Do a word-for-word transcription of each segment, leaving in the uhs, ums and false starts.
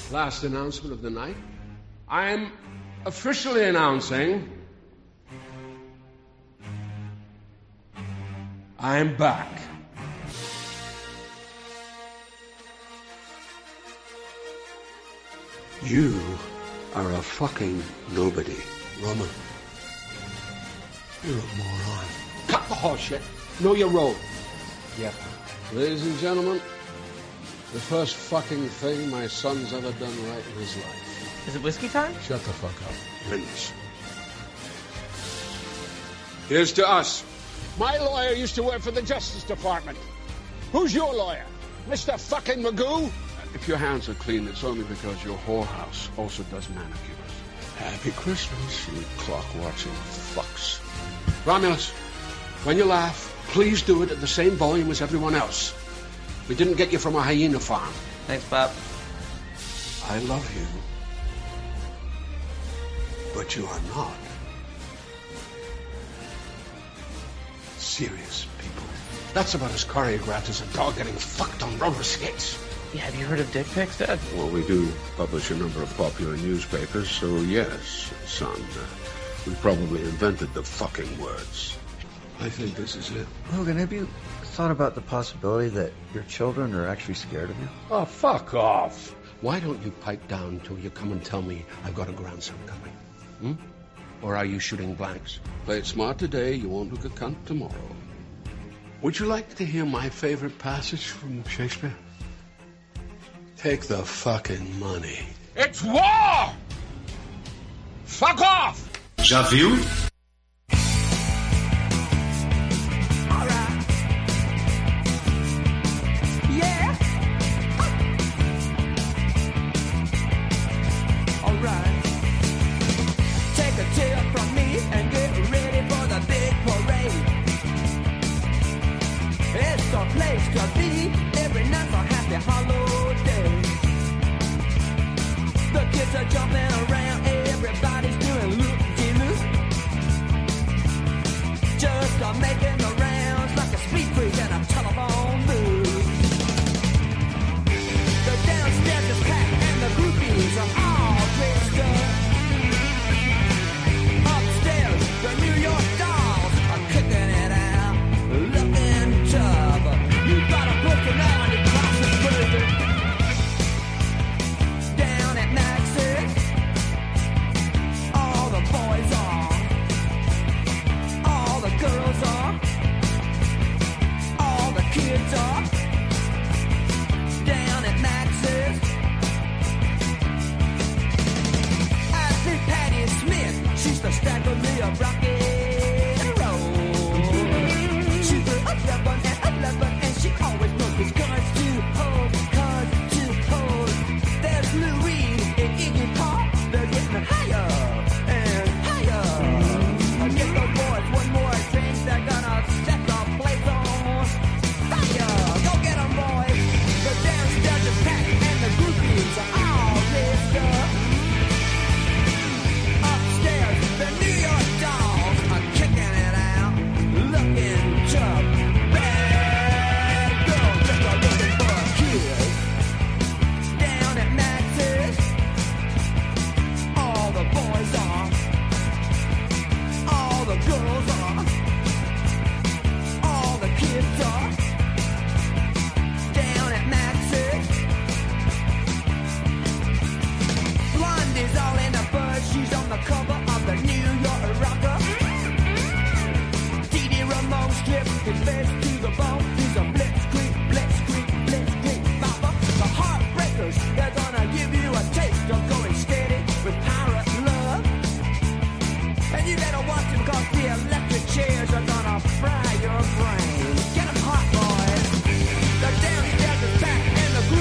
Last announcement of the night. I'm officially announcing I'm back. You are a fucking nobody. Roman, You're a moron. cut the horse shit. Know your role. Yeah. Ladies and gentlemen, the first fucking thing my son's ever done right in his life. Is it whiskey time? Shut the fuck up. Vince. Here's to us. My lawyer used to work for the Justice Department. Who's your lawyer? Mister fucking Magoo? If your hands are clean, it's only because your whorehouse also does manicures. Happy Christmas, you clock-watching fucks. Romulus, when you laugh, please do it at the same volume as everyone else. We didn't get you from a hyena farm. Thanks, Bob. I love you. But you are not serious people. That's about as choreographed as a dog getting fucked on roller skates. Yeah, have you heard of dick pics, Dad? Well, we do publish a number of popular newspapers, so yes, son. Uh, we probably invented the fucking words. I think this is it. Logan, have you thought about the possibility that your children are actually scared of you? Oh, fuck off. Why don't you pipe down till you come and tell me I've got a grandson coming? Hmm? Or are you shooting blanks? Play it smart today, you won't look a cunt tomorrow. Would you like to hear my favorite passage from Shakespeare? Take the fucking money. It's war! Fuck off! Já viu?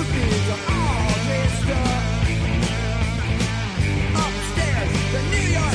Upstairs, the New York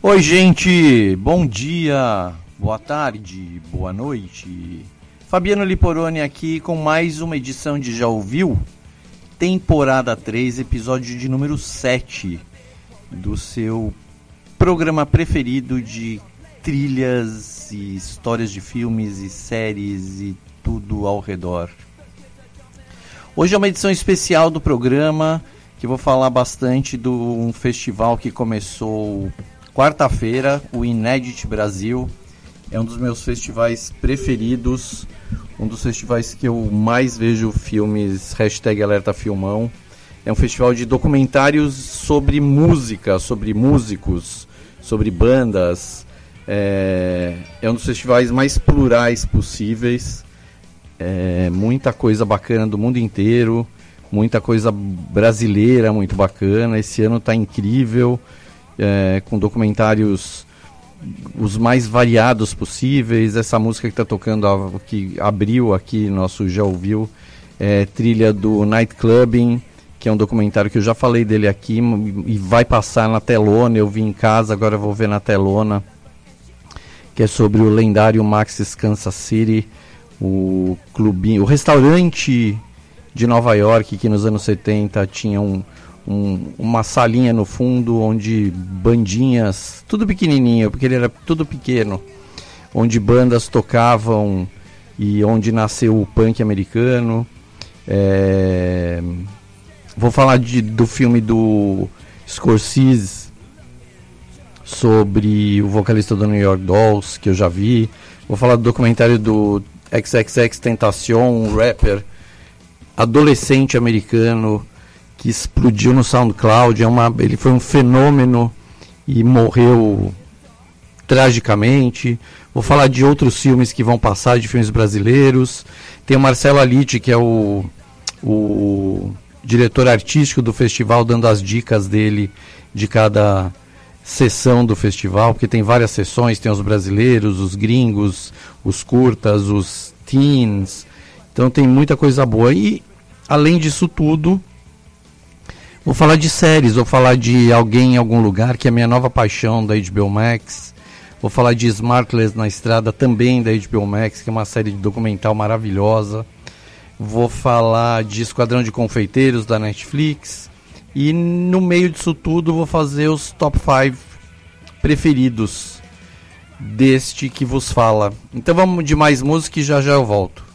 Oi, gente, bom dia, boa tarde, boa noite. Fabiano Liporoni aqui com mais uma edição de Já Ouviu? Temporada três, episódio de número sete do seu programa preferido de trilhas e histórias de filmes e séries e tudo ao redor. Hoje é uma edição especial do programa que vou falar bastante de um festival que começou quarta-feira, o Inédit Brasil. É um dos meus festivais preferidos, um dos festivais que eu mais vejo filmes, hashtag Alerta Filmão. É um festival de documentários sobre música, sobre músicos, sobre bandas. É, é um dos festivais mais plurais possíveis. É, muita coisa bacana do mundo inteiro, muita coisa brasileira muito bacana. Esse ano está incrível. É, com documentários os mais variados possíveis. Essa música que está tocando, que abriu aqui nosso Já Ouviu, é trilha do Night Clubbing, que é um documentário que eu já falei dele aqui e vai passar na telona. Eu vi em casa, agora vou ver na telona, que é sobre o lendário Max's Kansas City, o clubinho, o restaurante de Nova York que nos anos setenta tinha um Um, uma salinha no fundo onde bandinhas, tudo pequenininho, porque ele era tudo pequeno, onde bandas tocavam e onde nasceu o punk americano. É... Vou falar de, do filme do Scorsese sobre o vocalista do New York Dolls, que eu já vi. Vou falar do documentário do XXXTentacion, um rapper adolescente americano que explodiu no SoundCloud. É uma, ele foi um fenômeno e morreu tragicamente. Vou falar de outros filmes que vão passar, de filmes brasileiros. Tem o Marcelo Alitti, que é o, o diretor artístico do festival, dando as dicas dele de cada sessão do festival, porque tem várias sessões, tem os brasileiros, os gringos, os curtas, os teens. Então tem muita coisa boa. E, além disso tudo, vou falar de séries, vou falar de Alguém em Algum Lugar, que é a minha nova paixão da H B O Max. Vou falar de Smartless na Estrada, também da H B O Max, que é uma série de documental maravilhosa. Vou falar de Esquadrão de Confeiteiros da Netflix. E no meio disso tudo vou fazer os top cinco preferidos deste que vos fala. Então vamos de mais música e já já eu volto.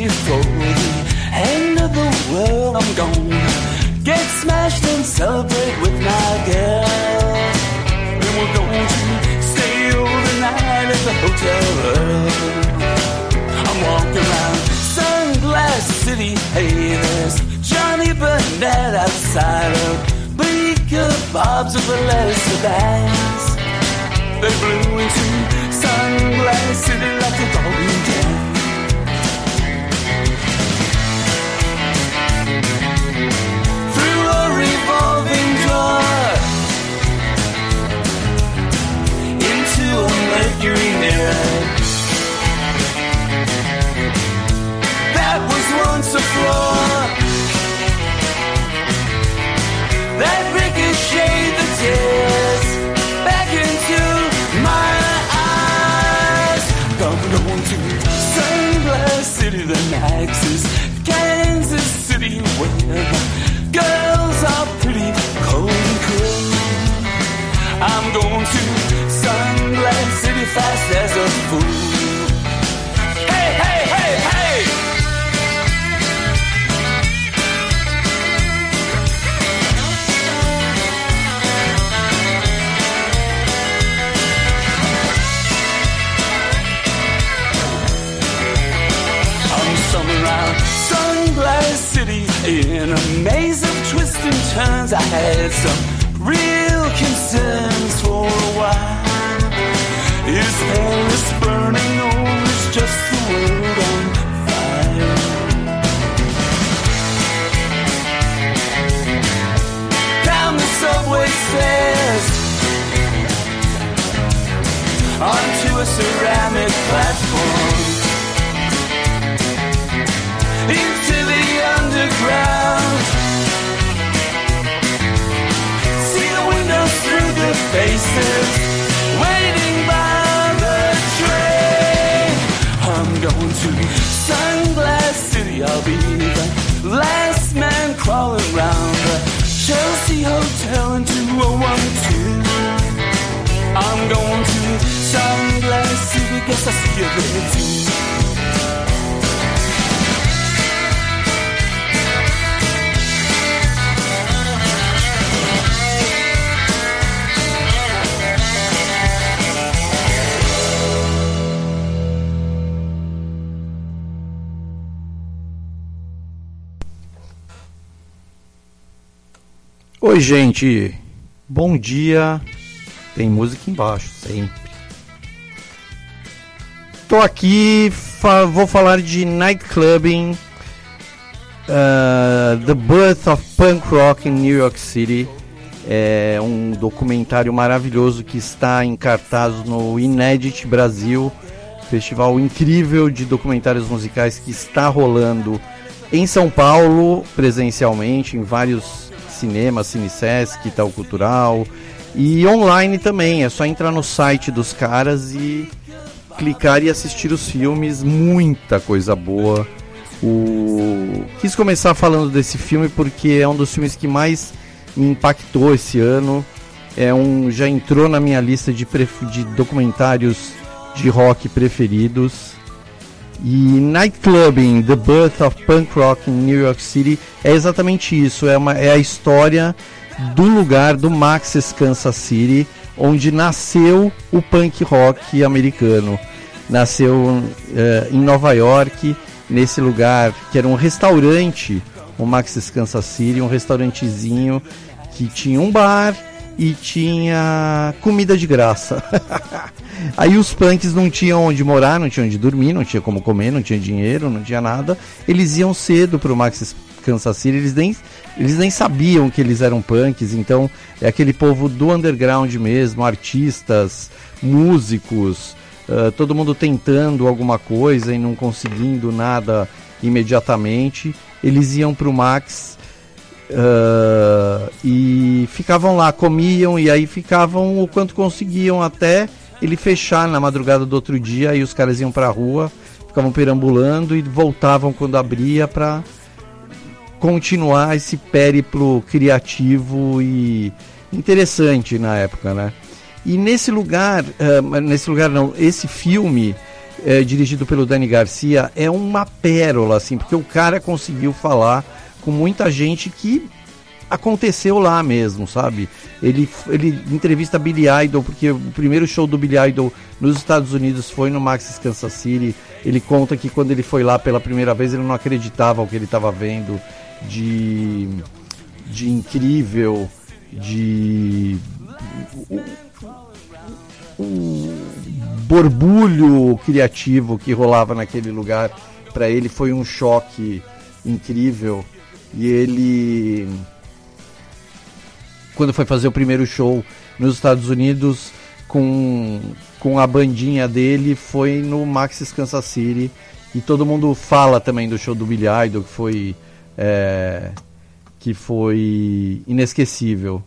before the end of the world. I'm gonna get smashed and celebrate with my girl. And we're going to stay overnight at the Hotel Earl. I'm walking around Sunglass City. Hey, there's Johnny Burnett outside of Bleecker Bob's of the Lesser Bass. They blew into Sunglass City like a golden cat. Through a revolving door into a Mercury mirror that was once a floor that ricocheted the tears back into my eyes. Going to Sunglass City, the Naxos, Kansas City, where the girls are pretty cold and cool. I'm going to Sunglass City fast as a fool. Hey, hey, hey, hey! Around Sunglass City in a maze of twists and turns. I had some real concerns for a while. Is Paris burning or is just the world on fire? Down the subway stairs onto a ceramic platform, into the underground. See the windows through the faces waiting by the train. I'm going to Sunglass City. I'll be the last man crawling round the Chelsea Hotel in two oh one two. I'm going to Sunglass City. Guess I'll see you there too. Oi, gente, bom dia. Tem música embaixo, sempre. Tô aqui, fa- vou falar de Nightclubbing, uh, The Birth of Punk Rock in New York City. É um documentário maravilhoso que está em cartaz no Inédit Brasil, festival incrível de documentários musicais que está rolando em São Paulo, presencialmente, em vários cinemas, Cinesesc, Itaú Cultural, e online também. É só entrar no site dos caras e clicar e assistir os filmes. Muita coisa boa. O... Quis começar falando desse filme porque é um dos filmes que mais me impactou esse ano. É um... Já entrou na minha lista de, pref... de documentários de rock preferidos. E Nightclubbing, The Birth of Punk Rock in New York City é exatamente isso. É, uma, é a história do lugar, do Max's Kansas City, onde nasceu o punk rock americano. Nasceu uh, em Nova York, nesse lugar que era um restaurante, o Max's Kansas City, um restaurantezinho que tinha um bar e tinha comida de graça. Aí os punks não tinham onde morar, não tinham onde dormir, não tinha como comer, não tinha dinheiro, não tinha nada. Eles iam cedo pro Max's Kansas City, eles nem, eles nem sabiam que eles eram punks. Então é aquele povo do underground mesmo, artistas, músicos, uh, todo mundo tentando alguma coisa e não conseguindo nada imediatamente. Eles iam pro Max uh, e ficavam lá, comiam e aí ficavam o quanto conseguiam até ele fechar na madrugada do outro dia. Aí os caras iam pra rua, ficavam perambulando e voltavam quando abria pra continuar esse périplo criativo e interessante na época, né? E nesse lugar, uh, nesse lugar não, esse filme é, dirigido pelo Danny Garcia, é uma pérola, assim, porque o cara conseguiu falar com muita gente que aconteceu lá mesmo, sabe? Ele, ele entrevista Billy Idol, porque o primeiro show do Billy Idol nos Estados Unidos foi no Max's Kansas City. Ele conta que quando ele foi lá pela primeira vez, ele não acreditava o que ele estava vendo de, de incrível, de o, o borbulho criativo que rolava naquele lugar. Para ele foi um choque incrível. E ele, quando foi fazer o primeiro show nos Estados Unidos com, com a bandinha dele, foi no Max's Kansas City. E todo mundo fala também do show do Billy Idol, que foi, é, que foi inesquecível.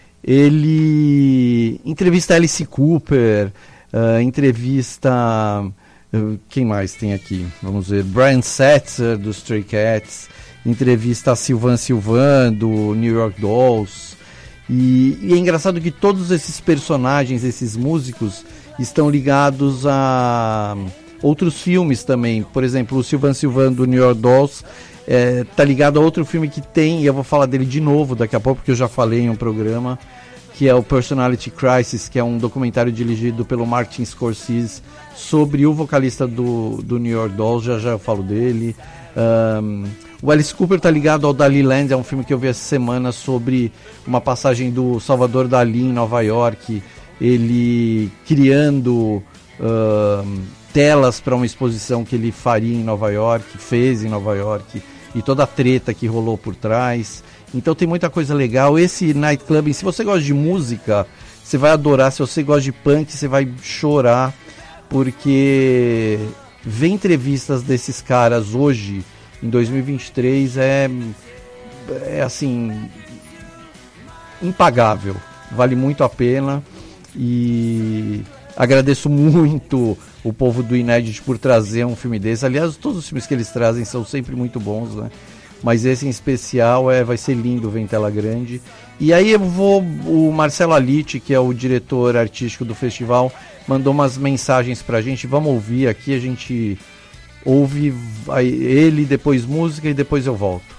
Ele entrevista Alice Cooper, uh, entrevista... Uh, quem mais tem aqui? Vamos ver. Brian Setzer, do Stray Cats. Entrevista a Sylvain Sylvain, do New York Dolls. E, e é engraçado que todos esses personagens, esses músicos, estão ligados a outros filmes também. Por exemplo, o Sylvain Sylvain, do New York Dolls, é, tá ligado a outro filme que tem, e eu vou falar dele de novo daqui a pouco, porque eu já falei em um programa, que é o Personality Crisis, que é um documentário dirigido pelo Martin Scorsese sobre o vocalista do, do New York Dolls. Já já eu falo dele. Um, o Alice Cooper tá ligado ao Dali Land, é um filme que eu vi essa semana sobre uma passagem do Salvador Dalí em Nova York, ele criando um, telas para uma exposição que ele faria em Nova York, fez em Nova York, e toda a treta que rolou por trás. Então tem muita coisa legal. Esse Nightclub, se você gosta de música, você vai adorar. Se você gosta de punk, você vai chorar, porque ver entrevistas desses caras hoje, em dois mil e vinte e três, é, é assim, impagável. Vale muito a pena. E agradeço muito o povo do Inédit por trazer um filme desse. Aliás, todos os filmes que eles trazem são sempre muito bons, né? Mas esse em especial é, vai ser lindo ver em tela grande. E aí eu vou, o Marcelo Alitti, que é o diretor artístico do festival, mandou umas mensagens pra gente. Vamos ouvir aqui, a gente ouve ele, depois música e depois eu volto.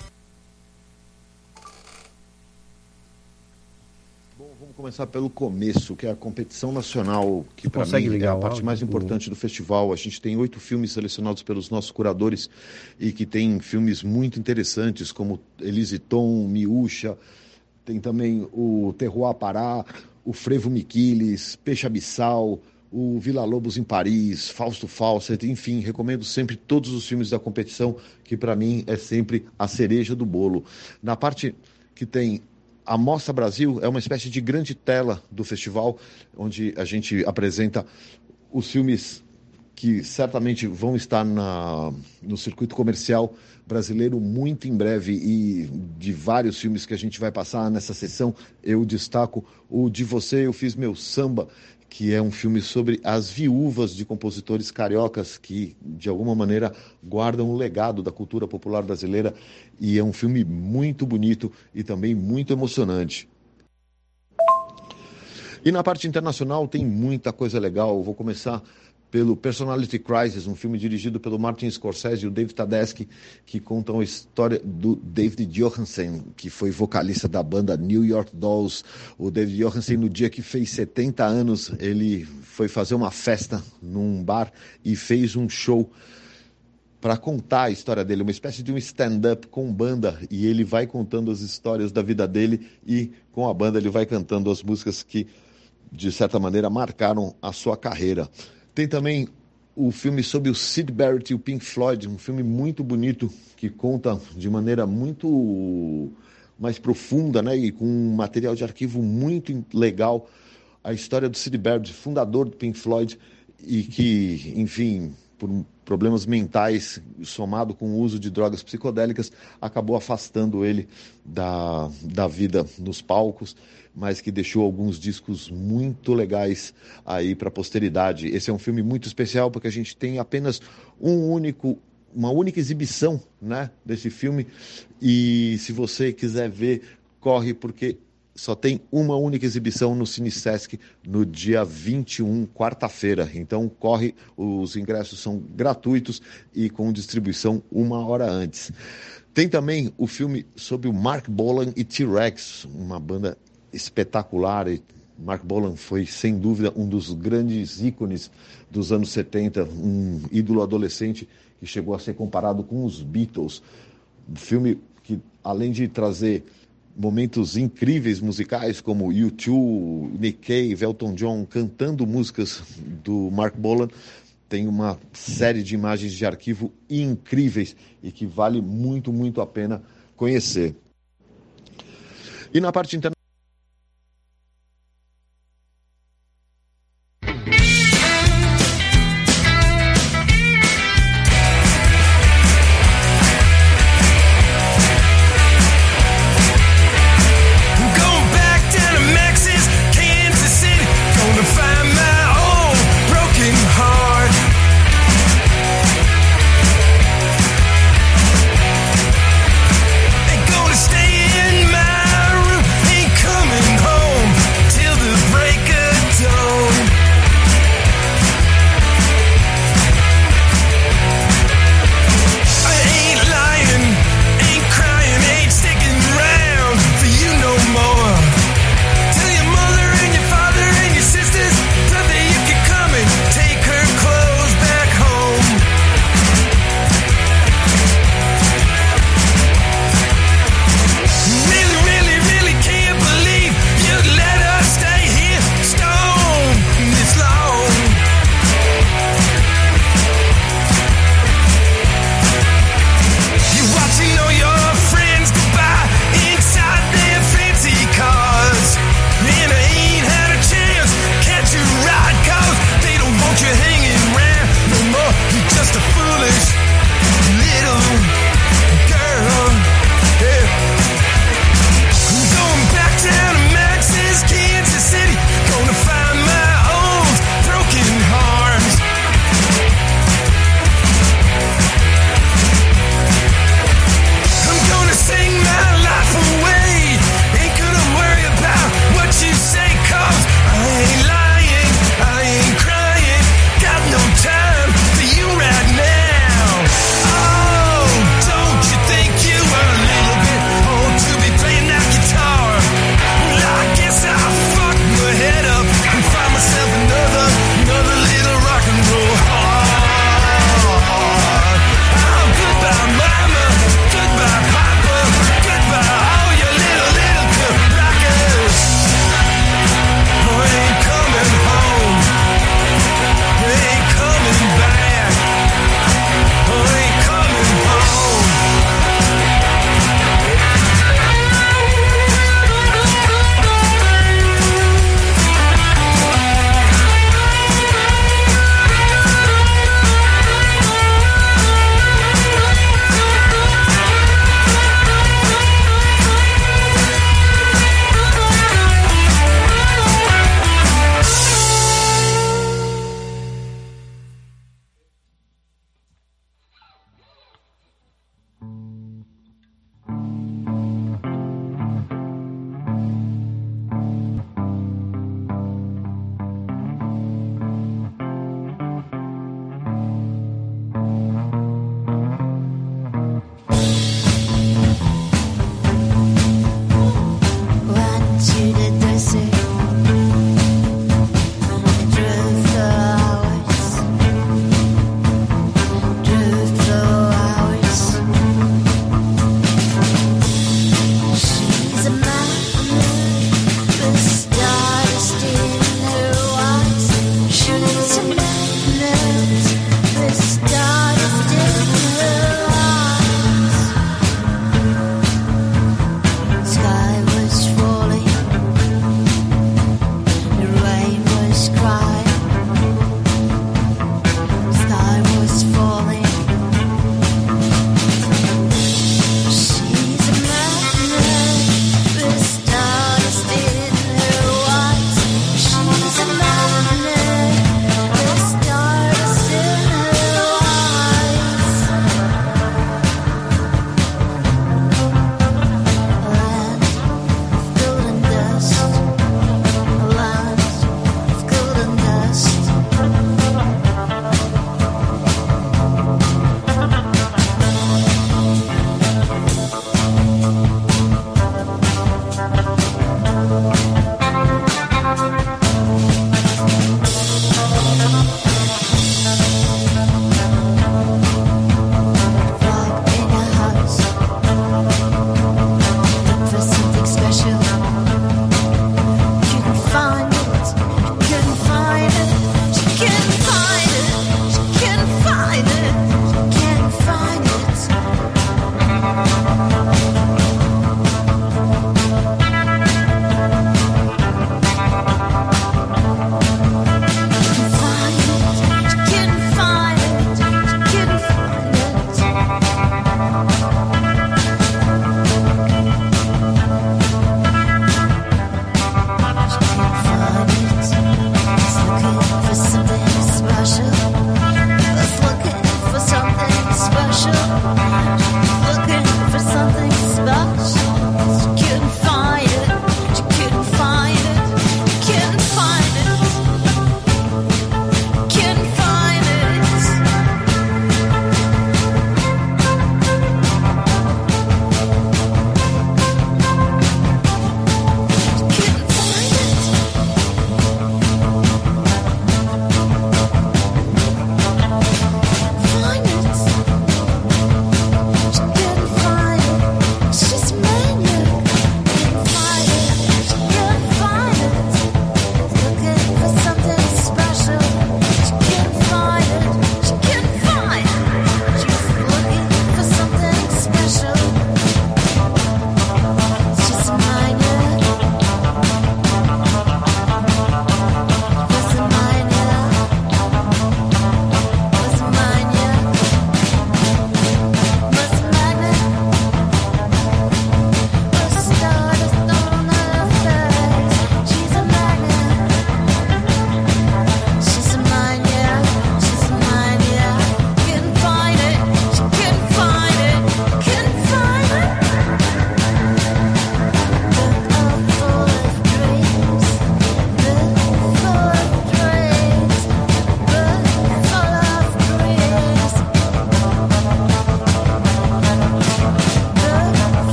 Bom, vamos começar pelo começo, que é a competição nacional, que para mim é a parte mais importante do festival. A gente tem oito filmes selecionados pelos nossos curadores e que tem filmes muito interessantes, como Elise Tom, Miúcha, tem também o Terroir Pará, o Frevo Miquiles, Peixe Abissal, o Vila Lobos em Paris, Fausto Fawcett, enfim, recomendo sempre todos os filmes da competição, que para mim é sempre a cereja do bolo. Na parte que tem a Mostra Brasil, é uma espécie de grande tela do festival, onde a gente apresenta os filmes que certamente vão estar na, no circuito comercial brasileiro muito em breve, e de vários filmes que a gente vai passar nessa sessão, eu destaco o De Você Eu Fiz Meu Samba, que é um filme sobre as viúvas de compositores cariocas que, de alguma maneira, guardam o legado da cultura popular brasileira, e é um filme muito bonito e também muito emocionante. E na parte internacional tem muita coisa legal. Vou começar pelo Personality Crisis, um filme dirigido pelo Martin Scorsese e o David Tedeschi, que contam a história do David Johansen, que foi vocalista da banda New York Dolls. O David Johansen, no dia que fez setenta anos, ele foi fazer uma festa num bar e fez um show para contar a história dele, uma espécie de um stand-up com banda, e ele vai contando as histórias da vida dele, e com a banda ele vai cantando as músicas que, de certa maneira, marcaram a sua carreira. Tem também o filme sobre o Syd Barrett e o Pink Floyd, um filme muito bonito que conta de maneira muito mais profunda, né, e com um material de arquivo muito legal, a história do Syd Barrett, fundador do Pink Floyd, e que, enfim, por problemas mentais, somado com o uso de drogas psicodélicas, acabou afastando ele da, da vida nos palcos, mas que deixou alguns discos muito legais aí para a posteridade. Esse é um filme muito especial, porque a gente tem apenas um único, uma única exibição, né, desse filme, e se você quiser ver, corre, porque só tem uma única exibição no Cine Sesc no dia vinte e um, quarta-feira. Então corre, os ingressos são gratuitos e com distribuição uma hora antes. Tem também o filme sobre o Mark Bolan e T-Rex, uma banda espetacular. Mark Bolan foi, sem dúvida, um dos grandes ícones dos anos setenta, um ídolo adolescente que chegou a ser comparado com os Beatles. Um filme que, além de trazer momentos incríveis musicais, como U dois, Nick Cave, Elton John cantando músicas do Mark Bolan, tem uma série de imagens de arquivo incríveis e que vale muito, muito a pena conhecer. E na parte internacional, Stay in my room, ain't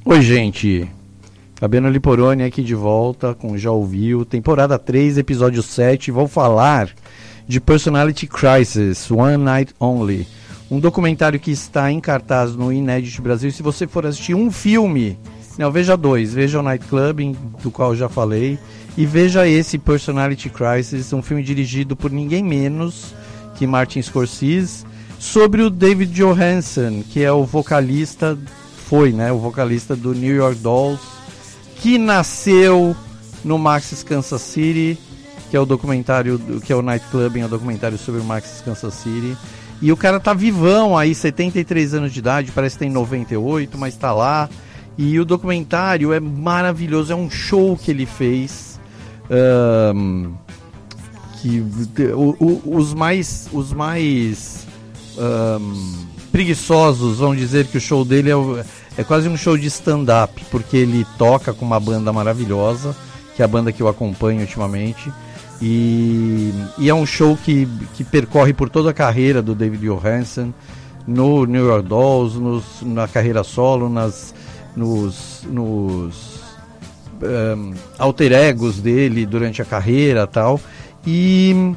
Oi, gente. Fabiano Liporoni aqui de volta com Já Ouviu, temporada três, episódio sete. Vou falar de Personality Crisis, One Night Only, um documentário que está em cartaz no Inédit Brasil. Se você for assistir um filme, não, veja dois, veja o Night Club, do qual eu já falei, e veja esse Personality Crisis, um filme dirigido por ninguém menos que Martin Scorsese, sobre o David Johansen, que é o vocalista, foi, né, o vocalista do New York Dolls, que nasceu no Max's Kansas City, que é o documentário, que é o Night Club, é o documentário sobre o Max's Kansas City. E o cara tá vivão aí, setenta e três anos de idade, parece que tem noventa e oito, mas tá lá. E o documentário é maravilhoso, é um show que ele fez. Um, que o, o, os mais, os mais um, preguiçosos vão dizer que o show dele é o, É quase um show de stand-up, porque ele toca com uma banda maravilhosa, que é a banda que eu acompanho ultimamente. E, e é um show que, que percorre por toda a carreira do David Johansen, no New York Dolls, nos, na carreira solo, nas, nos, nos um, alter egos dele durante a carreira e tal. E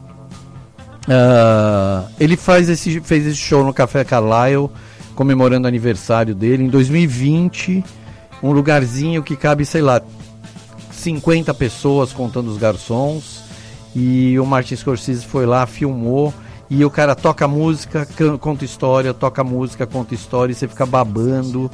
uh, ele faz esse, fez esse show no Café Carlyle, comemorando o aniversário dele, em dois mil e vinte, um lugarzinho que cabe, sei lá, cinquenta pessoas, contando os garçons, e o Martin Scorsese foi lá, filmou, e o cara toca música, can- conta história, toca música, conta história, e você fica babando,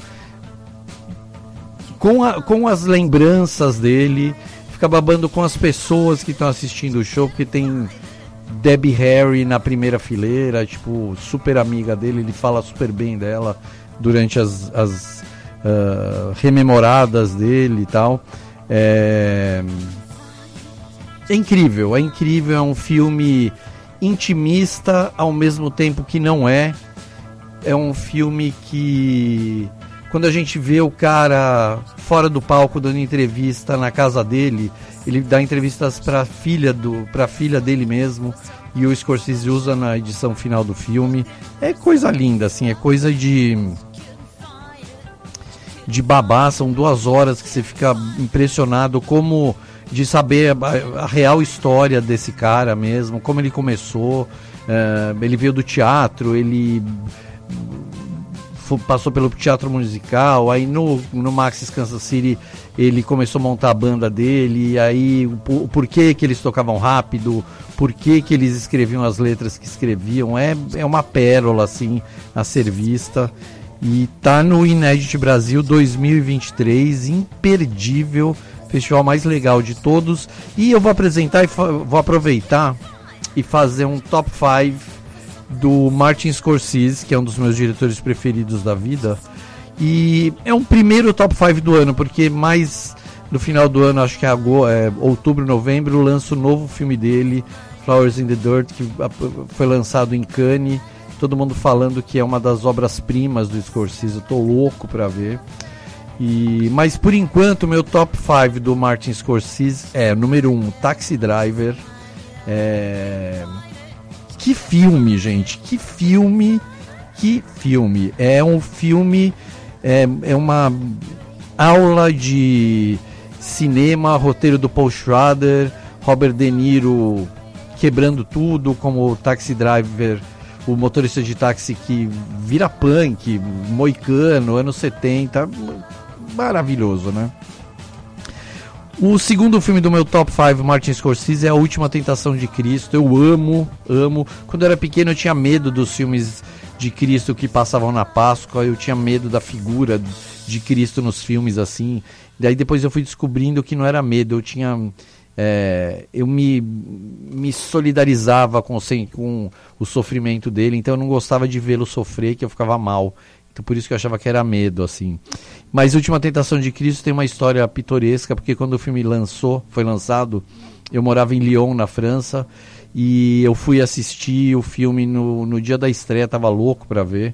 com, a, com as lembranças dele, fica babando com as pessoas que estão assistindo o show, porque tem Debbie Harry na primeira fileira, tipo, super amiga dele, ele fala super bem dela durante as, as uh, rememoradas dele e tal. É... é incrível, é incrível, é um filme intimista ao mesmo tempo que não é. É um filme que, quando a gente vê o cara fora do palco dando entrevista na casa dele, ele dá entrevistas para filha do, para filha dele mesmo, e o Scorsese usa na edição final do filme. É coisa linda, assim, é coisa de de babá. São duas horas que você fica impressionado como de saber a, a real história desse cara mesmo, como ele começou. É, ele veio do teatro, ele passou pelo teatro musical, aí no, no Max's Kansas City ele começou a montar a banda dele, e aí o, o porquê que eles tocavam rápido, porquê que eles escreviam as letras que escreviam, é, é uma pérola assim a ser vista, e tá no Inédit Brasil dois mil e vinte e três, imperdível, festival mais legal de todos. E eu vou apresentar e fa- vou aproveitar e fazer um top cinco do Martin Scorsese, que é um dos meus diretores preferidos da vida. E é um primeiro top cinco do ano, porque mais no final do ano, acho que é, agora, é outubro, novembro, lança o novo filme dele, Flowers in the Dirt, que foi lançado em Cannes. Todo mundo falando que é uma das obras-primas do Scorsese. Eu tô louco pra ver. E, mas por enquanto, meu top cinco do Martin Scorsese é, número um, Taxi Driver. É... Que filme, gente, que filme, que filme. É um filme, é, é uma aula de cinema, roteiro do Paul Schrader, Robert De Niro quebrando tudo, como o Taxi Driver, o motorista de táxi que vira punk, moicano, anos setenta, maravilhoso, né? O segundo filme do meu top cinco, Martin Scorsese, é A Última Tentação de Cristo. Eu amo, amo. Quando eu era pequeno eu tinha medo dos filmes de Cristo que passavam na Páscoa. Eu tinha medo da figura de Cristo nos filmes, assim. Daí depois eu fui descobrindo que não era medo. Eu tinha... É, eu me, me solidarizava com, com o sofrimento dele. Então eu não gostava de vê-lo sofrer, que eu ficava mal. Então por isso que eu achava que era medo, assim. Mas Última Tentação de Cristo tem uma história pitoresca, porque quando o filme lançou, foi lançado, eu morava em Lyon, na França, e eu fui assistir o filme no, no dia da estreia, tava louco pra ver.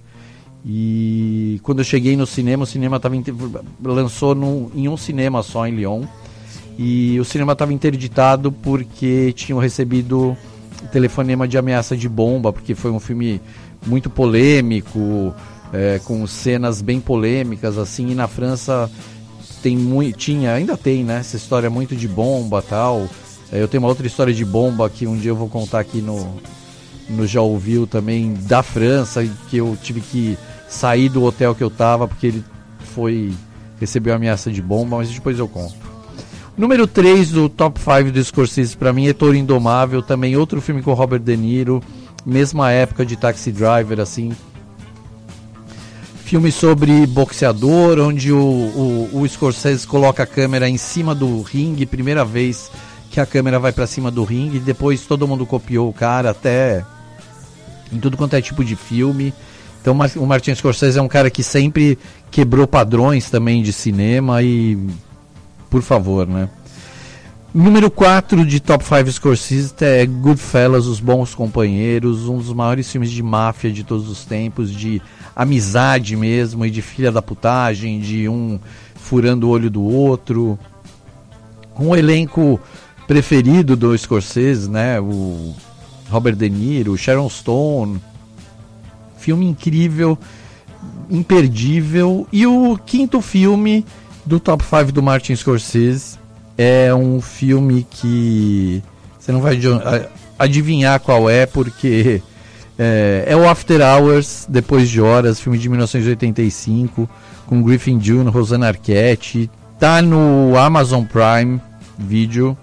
E quando eu cheguei no cinema, o cinema tava inter... lançou no, em um cinema só em Lyon, e o cinema estava interditado porque tinham recebido telefonema de ameaça de bomba, porque foi um filme muito polêmico. é, com cenas bem polêmicas, assim, e na França tem muito, tinha, ainda tem, né, essa história muito de bomba e tal. É, eu tenho uma outra história de bomba que um dia eu vou contar aqui no, no Já Ouviu também, da França, que eu tive que sair do hotel que eu tava, porque ele foi, recebeu ameaça de bomba, mas depois eu conto. Número três do top cinco do Scorsese pra mim é Toro Indomável, também outro filme com Robert De Niro, mesma época de Taxi Driver, assim. Filme sobre boxeador, onde o, o, o Scorsese coloca a câmera em cima do ringue, primeira vez que a câmera vai pra cima do ringue, depois todo mundo copiou o cara, até em tudo quanto é tipo de filme. Então o Martin Scorsese é um cara que sempre quebrou padrões também de cinema e, por favor, né? Número quatro de top cinco Scorsese é Goodfellas, Os Bons Companheiros, um dos maiores filmes de máfia de todos os tempos, de amizade mesmo, e de filha da putagem, de um furando o olho do outro. Um elenco preferido do Scorsese, né? O Robert De Niro, Sharon Stone. Filme incrível, imperdível. E o quinto filme do top cinco do Martin Scorsese é um filme que você não vai adivinhar qual é, porque é, é o After Hours, Depois de Horas, filme de mil novecentos e oitenta e cinco, com Griffin Dunne, Rosanna Arquette. Tá no Amazon Prime Video.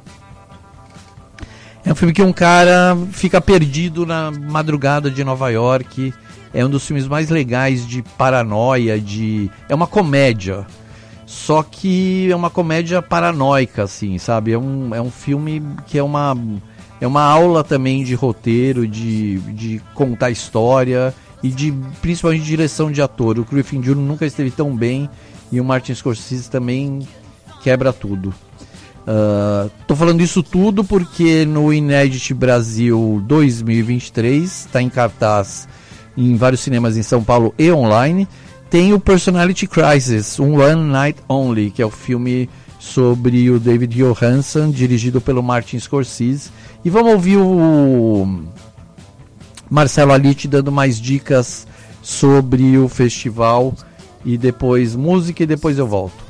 É um filme que um cara fica perdido na madrugada de Nova York. É um dos filmes mais legais de paranoia, de... é uma comédia. Só que é uma comédia paranoica, assim, sabe? É um, é um filme que é uma, é uma aula também de roteiro, de, de contar história e de, principalmente, de direção de ator. O Griffin Dunne nunca esteve tão bem e o Martin Scorsese também quebra tudo. Uh, tô falando isso tudo porque no Inédit Brasil dois mil e vinte e três está em cartaz em vários cinemas em São Paulo e online. Tem o Personality Crisis, um One Night Only, que é o filme sobre o David Johansen, dirigido pelo Martin Scorsese. E vamos ouvir o Marcelo Alitti dando mais dicas sobre o festival, e depois música, e depois eu volto.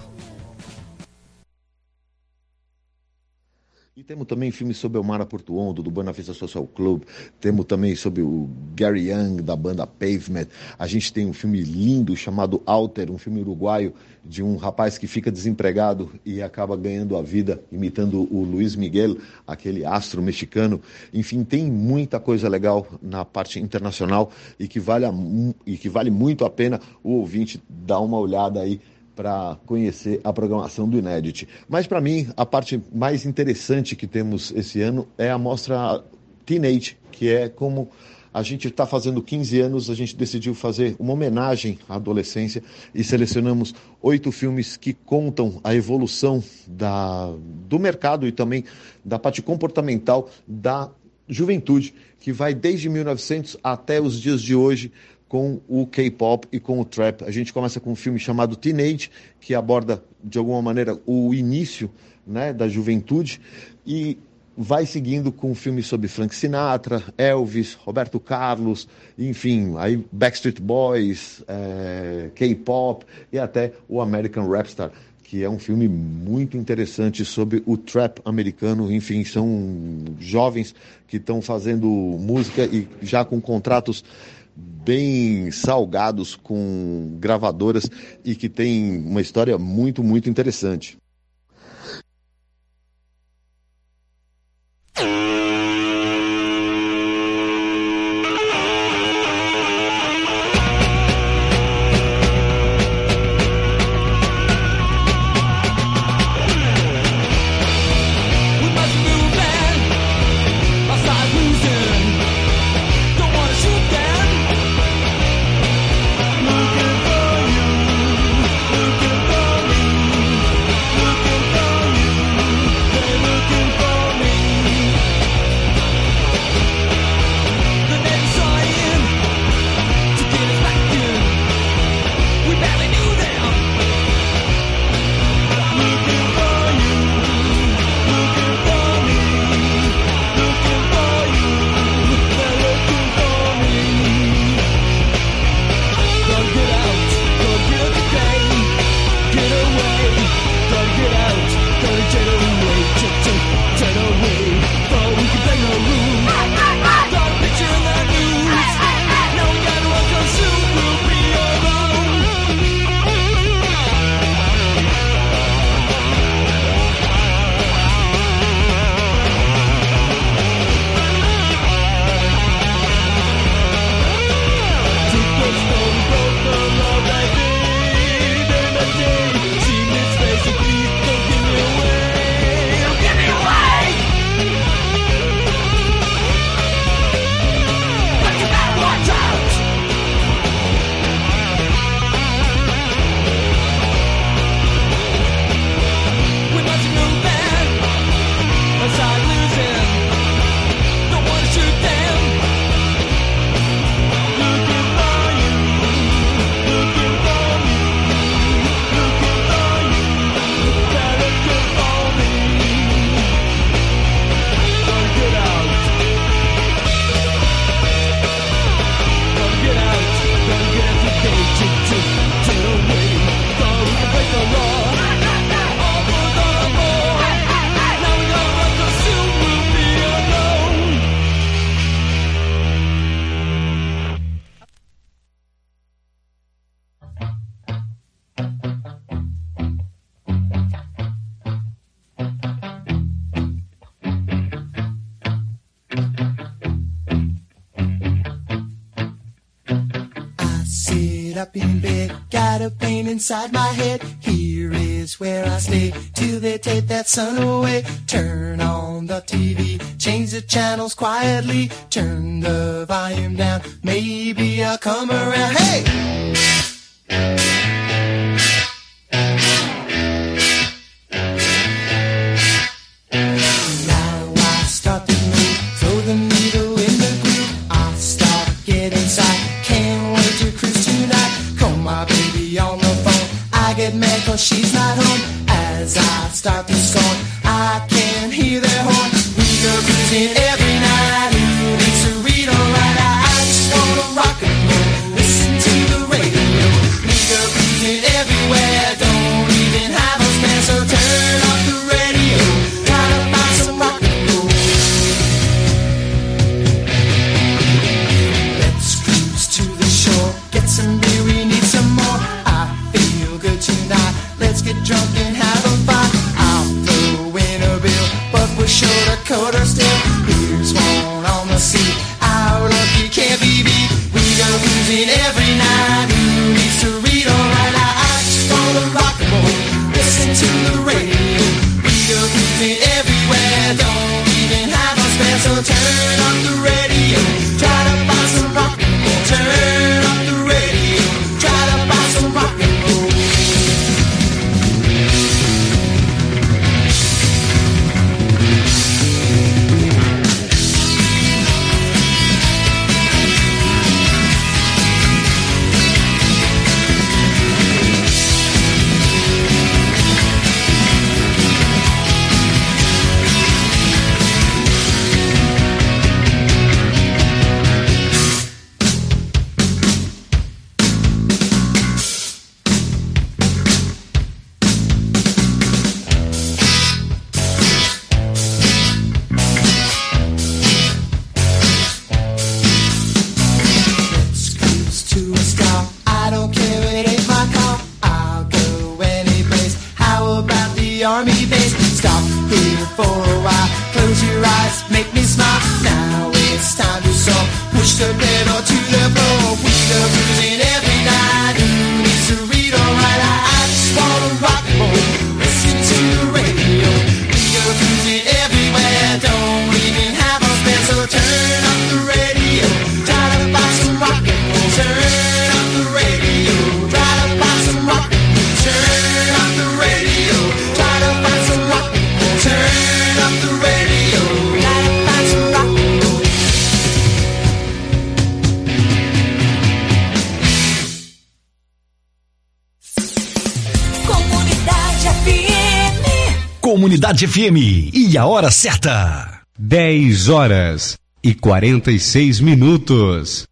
E temos também filmes sobre o Mara Portuondo, do Buena Vista Social Club. Temos também sobre o Gary Young, da banda Pavement. A gente tem um filme lindo chamado Alter, um filme uruguaio de um rapaz que fica desempregado e acaba ganhando a vida imitando o Luiz Miguel, aquele astro mexicano. Enfim, tem muita coisa legal na parte internacional e que vale, a, e que vale muito a pena o ouvinte dar uma olhada aí para conhecer a programação do Inédit. Mas, para mim, a parte mais interessante que temos esse ano é a mostra Teenage, que é como a gente está fazendo quinze anos, a gente decidiu fazer uma homenagem à adolescência e selecionamos oito filmes que contam a evolução da, do mercado e também da parte comportamental da juventude, que vai desde mil e novecentos até os dias de hoje, com o K-pop e com o trap. A gente começa com um filme chamado Teenage, que aborda, de alguma maneira, o início, né, da juventude, e vai seguindo com um filme sobre Frank Sinatra, Elvis, Roberto Carlos, enfim, aí Backstreet Boys, é, K-pop e até o American Rapstar, que é um filme muito interessante sobre o trap americano. Enfim, são jovens que estão fazendo música e já com contratos bem salgados com gravadoras e que tem uma história muito, muito interessante. Looking for you, looking for me. up in bed, got a pain inside my head. Here is where I stay till they take that sun away. Turn on the T V, change the channels quietly, turn the volume down, maybe I'll come around. Hey! Now I start to move, throw the needle in the groove. I start getting inside, can't wait to cruise tonight. Call my baby on the phone, I get mad cause she's not home. As I start to scorn, I can hear their horn. We go cruising every night, who needs to read or write? I just wanna rock and roll, listen to the radio. We go cruising everywhere, don't even have a spare, so turn off the radio, try to find some rock and roll. Let's cruise to the shore, get some beer, we need some more. I feel good tonight, let's get drunk and have a fun. I'll throw in a bill, but we're short a quarter still. Here's one on the sea, our lucky can't be beat. We go cruising every night, who needs to read or write? I just wanna rock and roll, listen to the radio. We go cruising everywhere, don't even have a spare, so turn up the radio, try to find some rock and roll. Turn up the radio, try to find some rock and roll. Let's cruise to a stop, I don't care, it ain't my call. I'll go any place, how about the army base? Stop here for a while, close your eyes, make me smile. Now it's time to solve, push the pedal to the floor. We go cruising every night, who needs to read or write? I, I just wanna rock and roll, listen to the radio. We go cruising everywhere, don't even have a spare, so turn up the radio, try to find some rock and roll. Turn up the radio, try to find some rock and roll. Turn up the radio, try to find some rock and roll. Turn up the radio, try to find some rock and roll. Comunidade F M. Comunidade F M. E a hora certa. dez horas e quarenta e seis minutos.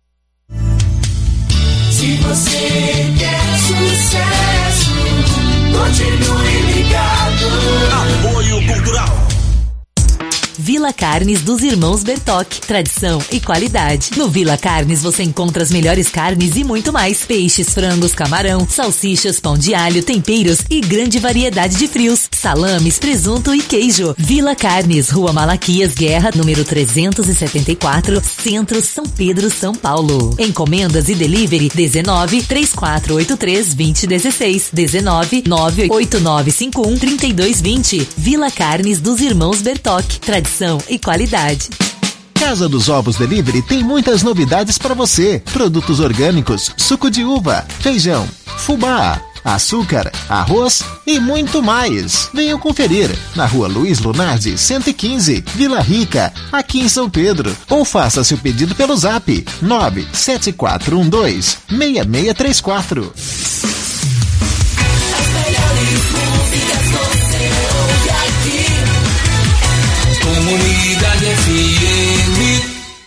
Se você quer sucesso, continue ligado. Apoio Cultural. Vila Carnes dos Irmãos Bertoc. Tradição e qualidade. No Vila Carnes você encontra as melhores carnes e muito mais. Peixes, frangos, camarão, salsichas, pão de alho, temperos e grande variedade de frios. Salames, presunto e queijo. Vila Carnes, Rua Malaquias Guerra, número trezentos e setenta e quatro, Centro, São Pedro, São Paulo. Encomendas e delivery dezenove, três quatro oito três, dois zero um seis, dezenove, nove oito nove cinco um, três dois dois zero. Vila Carnes dos Irmãos Bertoc. Tradição e qualidade. Casa dos Ovos Delivery tem muitas novidades para você. Produtos orgânicos, suco de uva, feijão, fubá, açúcar, arroz e muito mais. Venham conferir na Rua Luiz Lunardi, cento e quinze, Vila Rica, aqui em São Pedro. Ou faça seu pedido pelo zap nove sete quatro um dois, seis seis três quatro. Comunidade F M.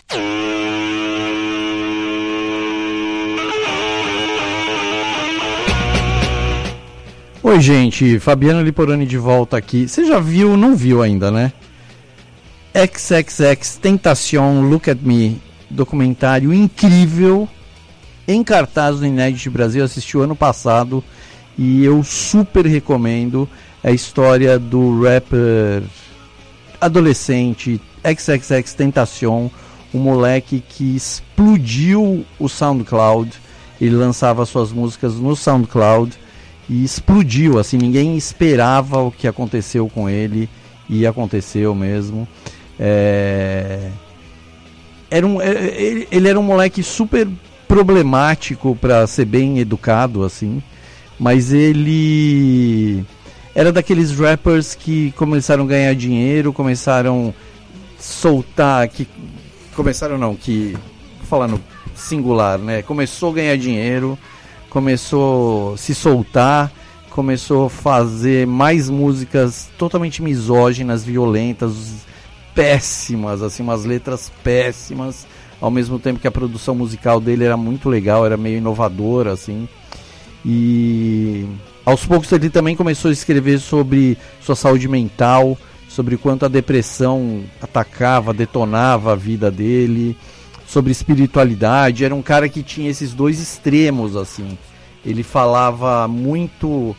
Oi, gente, Fabiano Liporani de volta aqui. Você já viu, não viu ainda, né? X X X Tentacion Look at Me, documentário incrível, em cartaz no Inédit Brasil, assisti o ano passado e eu super recomendo. A história do rapper adolescente X X X Tentacion, um moleque que explodiu o SoundCloud. ele lançava suas músicas no SoundCloud e explodiu, assim, ninguém esperava o que aconteceu com ele, e aconteceu mesmo. É... Era um, ele, ele era um moleque super problemático, para ser bem educado, assim, mas ele era daqueles rappers que começaram a ganhar dinheiro, começaram a soltar, que começaram não, que falando singular, né? Começou a ganhar dinheiro, começou a se soltar, começou a fazer mais músicas totalmente misóginas, violentas, péssimas, assim, umas letras péssimas, ao mesmo tempo que a produção musical dele era muito legal, era meio inovadora, assim. E aos poucos ele também começou a escrever sobre sua saúde mental, sobre quanto a depressão atacava, detonava a vida dele, sobre espiritualidade. Era um cara que tinha esses dois extremos, assim. Ele falava muito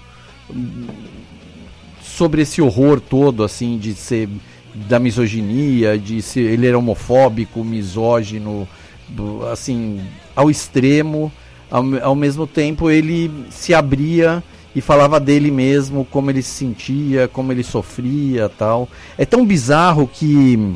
sobre esse horror todo, assim, de ser da misoginia, de ser, ele era homofóbico, misógino, assim, ao extremo. Ao, ao mesmo tempo ele se abria e falava dele mesmo, como ele se sentia, como ele sofria, tal. É tão bizarro que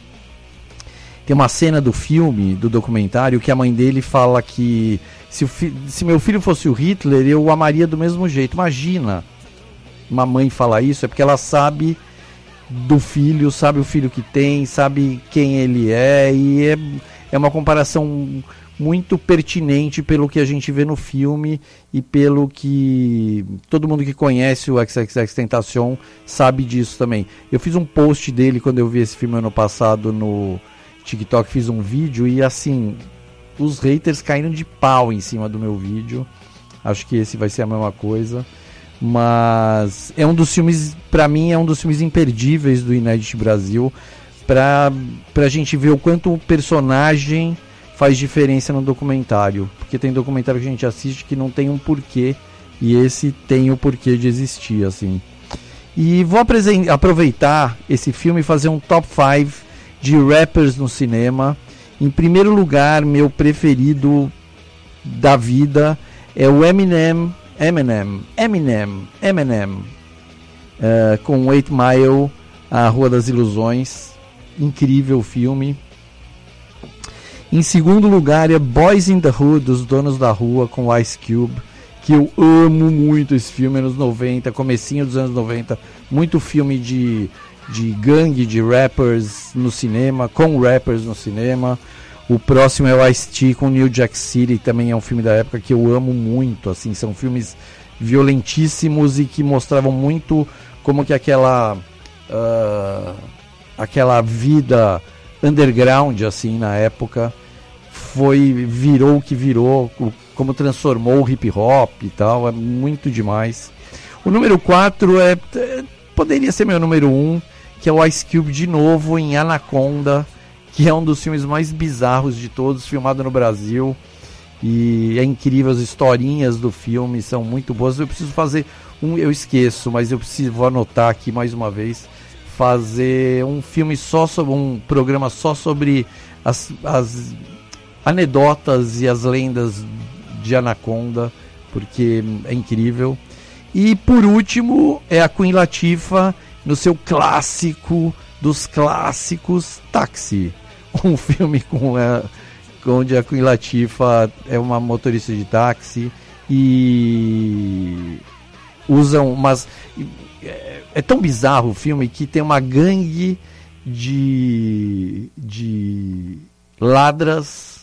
tem uma cena do filme, do documentário, que a mãe dele fala que se, o fi- se meu filho fosse o Hitler, eu o amaria do mesmo jeito. Imagina uma mãe falar isso, é porque ela sabe do filho, sabe o filho que tem, sabe quem ele é, e é, é uma comparação muito pertinente pelo que a gente vê no filme e pelo que todo mundo que conhece o X X X Tentacion sabe disso também. Eu fiz um post dele quando eu vi esse filme ano passado no TikTok, fiz um vídeo e assim, os haters caíram de pau em cima do meu vídeo. Acho que esse vai ser a mesma coisa. Mas é um dos filmes, pra mim, é um dos filmes imperdíveis do Inédit Brasil, pra, pra gente ver o quanto o personagem faz diferença no documentário. Porque tem documentário que a gente assiste que não tem um porquê, e esse tem o porquê de existir, assim. E vou apresen- aproveitar esse filme e fazer um top cinco de rappers no cinema. Em primeiro lugar, meu preferido da vida é o Eminem, Eminem, Eminem, Eminem, uh, com Eight Mile, A Rua das Ilusões. Incrível filme. Em segundo lugar é Boys in the Hood, Os Donos da Rua, com Ice Cube, que eu amo muito esse filme, anos noventa, comecinho dos anos noventa, muito filme de, de gangue, de rappers no cinema, com rappers no cinema. O próximo é o Ice-T com New Jack City, também é um filme da época que eu amo muito, assim, são filmes violentíssimos e que mostravam muito como que aquela uh, aquela vida underground, assim, na época, foi, virou o que virou, como transformou o hip hop e tal, é muito demais. O número quatro é, poderia ser meu número um, que é o Ice Cube de novo em Anaconda, que é um dos filmes mais bizarros de todos, filmado no Brasil, e é incrível, as historinhas do filme são muito boas. Eu preciso fazer um, eu esqueço, mas eu preciso, vou anotar aqui mais uma vez, fazer um filme só sobre, um programa só sobre as, as anedotas e as lendas de Anaconda, porque é incrível. E por último é a Queen Latifah no seu clássico dos clássicos, Táxi. Um filme com a, onde a Queen Latifah é uma motorista de táxi e usam umas... É, é tão bizarro o filme que tem uma gangue de, de ladras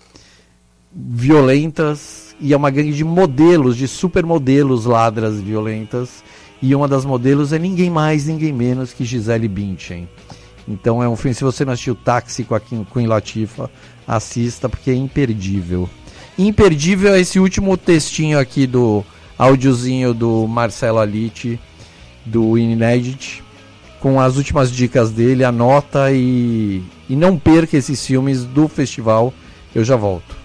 violentas e é uma gangue de modelos, de supermodelos ladras violentas, e uma das modelos é ninguém mais, ninguém menos que Gisele Bündchen. Então é um filme, se você não assistiu Táxi com a Queen Latifah, assista, porque é imperdível. Imperdível é esse último textinho aqui do áudiozinho do Marcelo Alitti, do Inédit, com as últimas dicas dele. Anota e, e não perca esses filmes do festival. Eu já volto.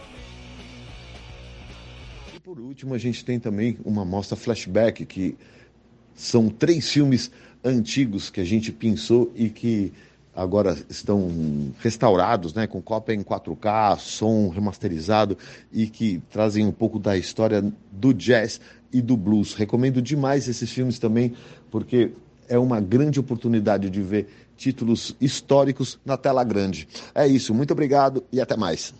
E por último, a gente tem também uma mostra flashback, que são três filmes antigos que a gente pensou e que agora estão restaurados, né, com cópia em quatro K, som remasterizado e que trazem um pouco da história do jazz e do blues. Recomendo demais esses filmes também, porque é uma grande oportunidade de ver títulos históricos na tela grande. É isso, muito obrigado e até mais.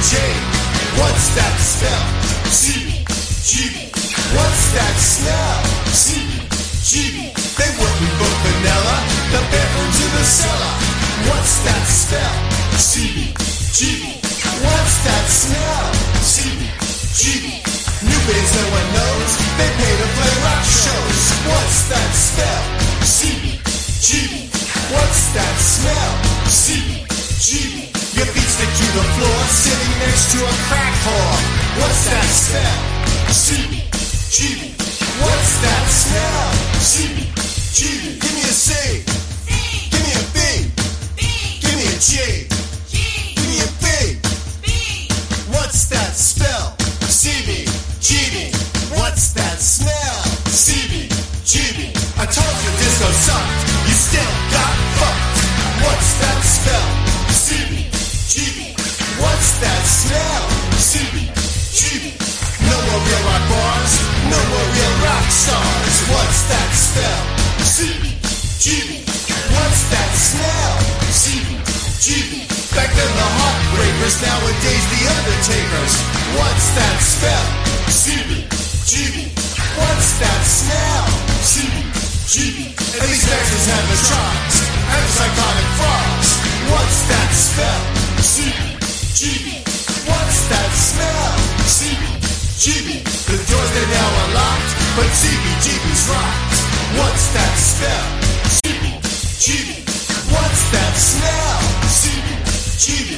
J. What's that spell? C B G B. What's that smell? C B G B. They wouldn't vote vanilla. The bedroom's in the cellar. What's that spell? C B G B. What's that smell? C B G B. New bids no one knows. They pay to play rock shows. What's that spell? C B G B. What's that smell? C B G B. Your feet stick to the floor, sitting next to a crack whore. What's that smell? C B G B. What's that smell? C B G B. Give me a C. Give me a B. Give me a G. Give me a B. What's that spell? C B G B. What's that smell? C B G B. I told you disco sucked. You still got fucked. What's that spell? C B G B. What's that smell? C B G B. No more real rock bars. No more real rock stars. What's that spell? C B G B. What's that smell? C B G B. Back then the heartbreakers, nowadays the undertakers. What's that spell? C B G B. What's that smell? C B G B. And these Texans have the tribes and psychotic frogs. What's that spell? C B G B. What's that smell? C B G B. The doors they now are locked, but C B G B's rocked. What's that spell? C B G B. What's that smell? C B G B.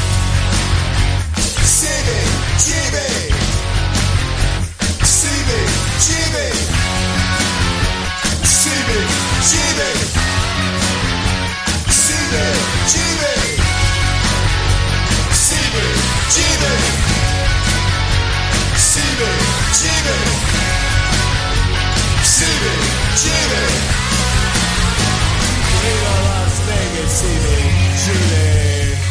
C B G B. C B G B. C B G B. C B G B. C B G B. C B G B. C B G B. Viva Las Vegas, C B G B.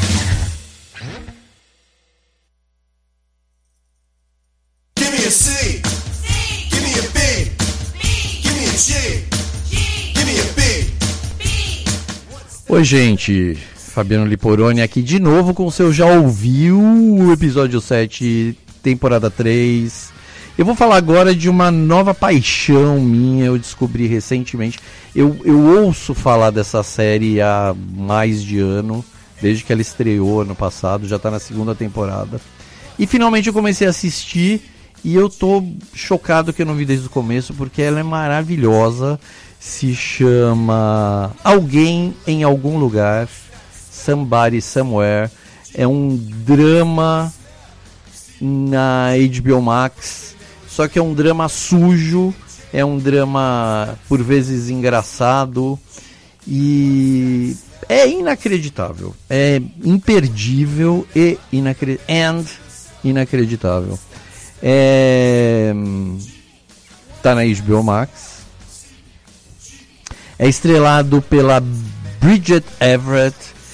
Give me a C. Give me a B. Give me a G. Give me a B. Oi, gente. Fabiano Liporoni aqui de novo com o seu Já Ouviu, o episódio sete, temporada três. Eu vou falar agora de uma nova paixão minha, eu descobri recentemente. Eu, eu ouço falar dessa série há mais de ano, desde que ela estreou ano passado, já está na segunda temporada. E finalmente eu comecei a assistir e eu tô chocado que eu não vi desde o começo, porque ela é maravilhosa. Se chama Alguém em Algum Lugar, Somebody Somewhere. É um drama na H B O Max, só que é um drama sujo, é um drama por vezes engraçado e é inacreditável, é imperdível e inacre- and inacreditável. É... tá na H B O Max. É estrelado pela Bridget Everett,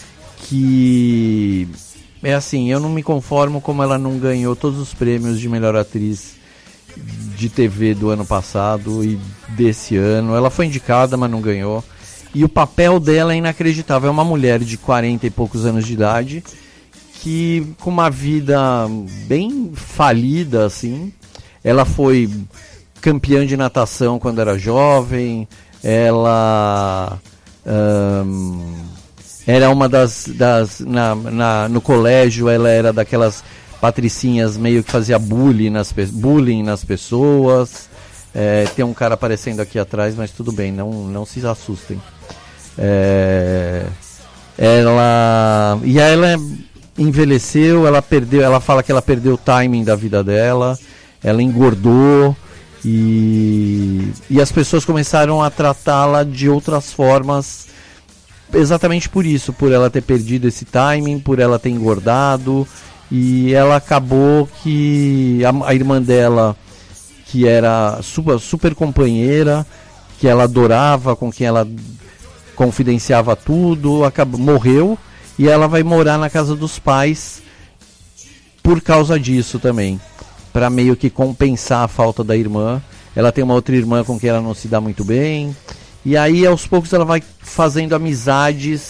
que é assim, eu não me conformo como ela não ganhou todos os prêmios de melhor atriz de T V do ano passado e desse ano. Ela foi indicada, mas não ganhou. E o papel dela é inacreditável. É uma mulher de quarenta e poucos anos de idade, que com uma vida bem falida, assim. Ela foi campeã de natação quando era jovem. Ela um, era uma das... das na, na, no colégio, ela era daquelas patricinhas meio que fazia bullying nas, bullying nas pessoas. É, tem um cara aparecendo aqui atrás, mas tudo bem, não, não se assustem. É, ela... E aí ela envelheceu, ela perdeu... Ela fala que ela perdeu o timing da vida dela. Ela engordou. E, e as pessoas começaram a tratá-la de outras formas, exatamente por isso, por ela ter perdido esse timing, por ela ter engordado. E ela acabou que a, a irmã dela, que era super, super companheira, que ela adorava, com quem ela confidenciava tudo, acabou, morreu, e ela vai morar na casa dos pais por causa disso também, para meio que compensar a falta da irmã. Ela tem uma outra irmã com quem ela não se dá muito bem. E aí, aos poucos, ela vai fazendo amizades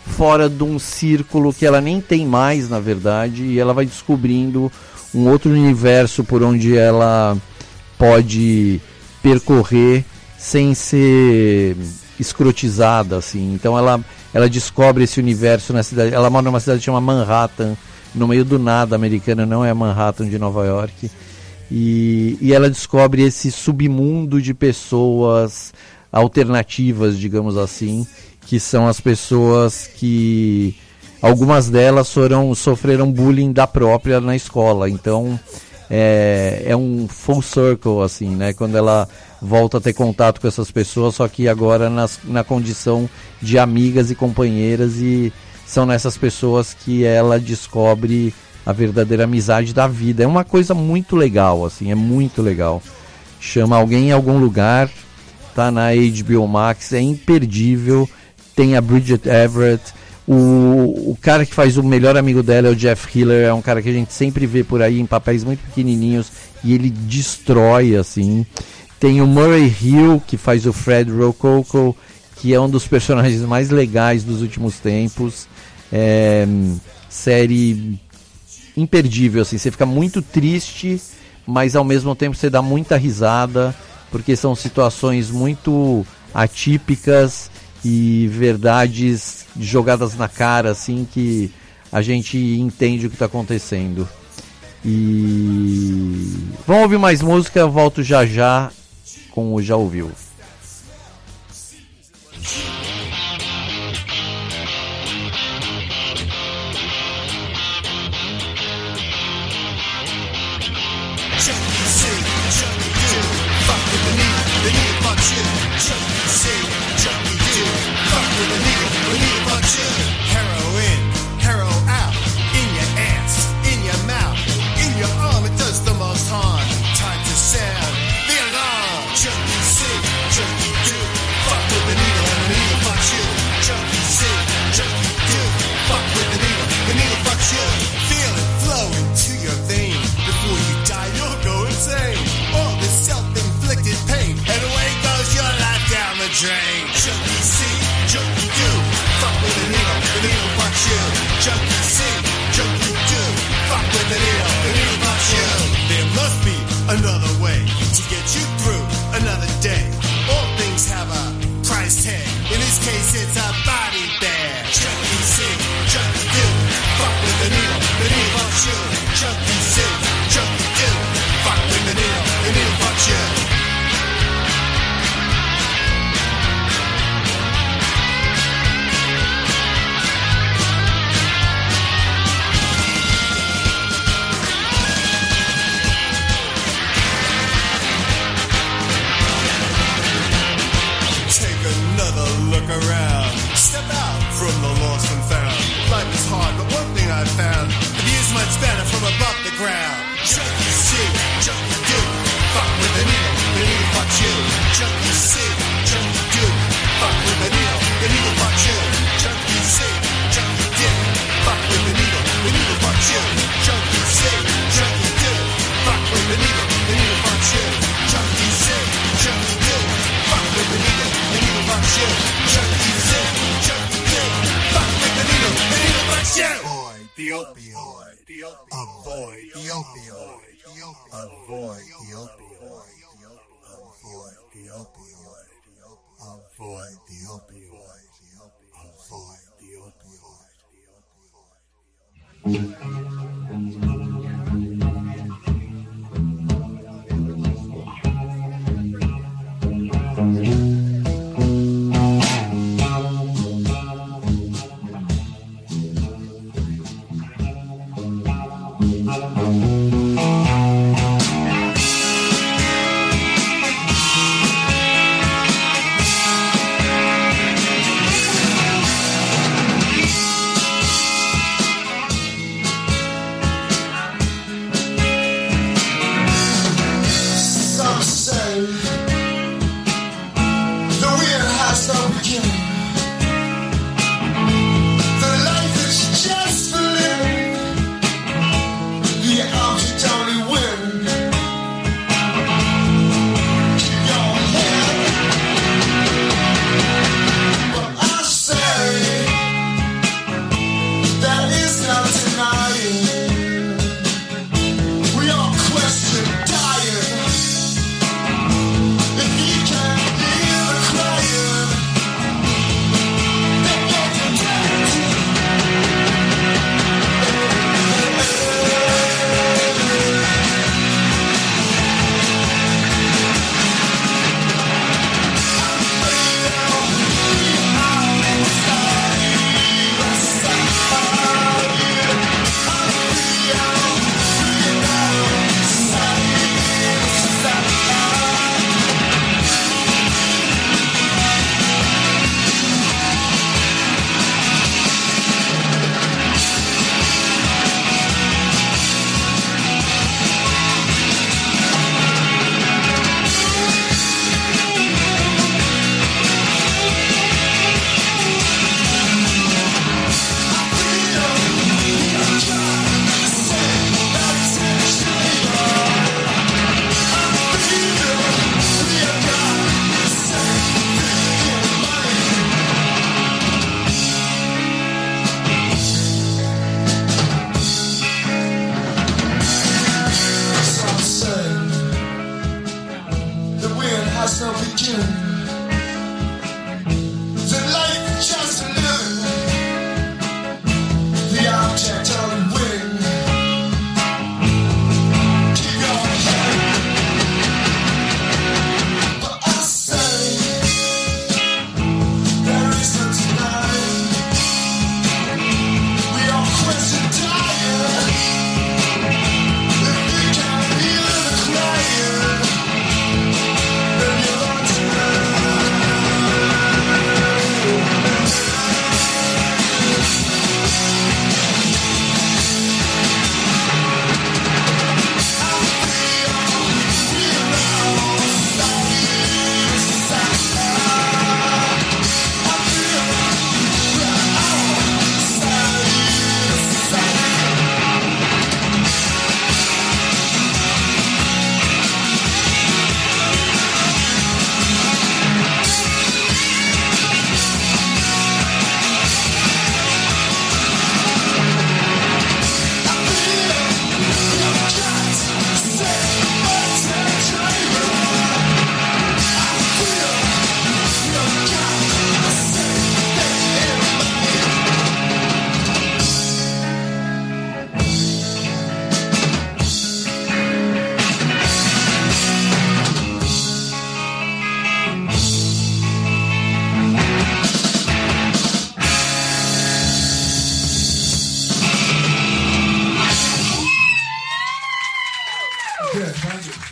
fora de um círculo que ela nem tem mais, na verdade, e ela vai descobrindo um outro universo por onde ela pode percorrer sem ser escrotizada, assim. Então ela, ela descobre esse universo na cidade. Ela mora numa cidade chamada Manhattan, no meio do nada americana, não é Manhattan de Nova York. E, e ela descobre esse submundo de pessoas alternativas, digamos assim, que são as pessoas que algumas delas foram, sofreram bullying da própria na escola. Então é, é um full circle, assim, né? Quando ela volta a ter contato com essas pessoas, só que agora nas, na condição de amigas e companheiras, e são nessas pessoas que ela descobre a verdadeira amizade da vida. É uma coisa muito legal, assim, é muito legal. Chama Alguém em Algum Lugar, tá na H B O Max, é imperdível. Tem a Bridget Everett, o, o cara que faz o melhor amigo dela é o Jeff Hiller, é um cara que a gente sempre vê por aí em papéis muito pequenininhos e ele destrói, assim. Tem o Murray Hill, que faz o Fred Rococo, que é um dos personagens mais legais dos últimos tempos. É, série imperdível, assim, você fica muito triste, mas ao mesmo tempo você dá muita risada, porque são situações muito atípicas e verdades jogadas na cara, assim, que a gente entende o que está acontecendo. E vamos ouvir mais música, eu volto já já com o Já Ouviu. Drain. Junkie C, junkie do, fuck with the needle, the needle fucks you. Junkie C, junkie do, fuck with the needle, the needle fucks you. There must be another way to get you through another day. All things have a price tag. In this case, it's a body bag. Junkie C, junkie do, fuck with the needle, the needle fucks you. Junkie C, junkie do, fuck with the needle, the needle fucks you. Look around, step out from the lost and found. Life is hard, but one thing I've found, the view's much better from above the ground. Junkie C, junkie do, fuck with the needle, the needle fucks you. Junkie C, junkie do, fuck with the needle, the needle fucks you. Junkie C, junkie do, fuck with the needle, the needle fucks you. Junkie C, junkie do, fuck with the needle, the needle fucks you. Junkie C, junkie do, fuck with the needle, the needle fucks you. Junkie C, junkie do, fuck with the needle, the needle fucks you. Avoid the opioid, avoid the opioid, avoid the opioid, avoid the opioid, avoid the opioid, avoid the opioid. The life is just for living. The question. Is it life just living? The object of winning. Keep your head. But I say there is no tonight. We all question dying. If you can't hear the crying, then you're on Good, thank you.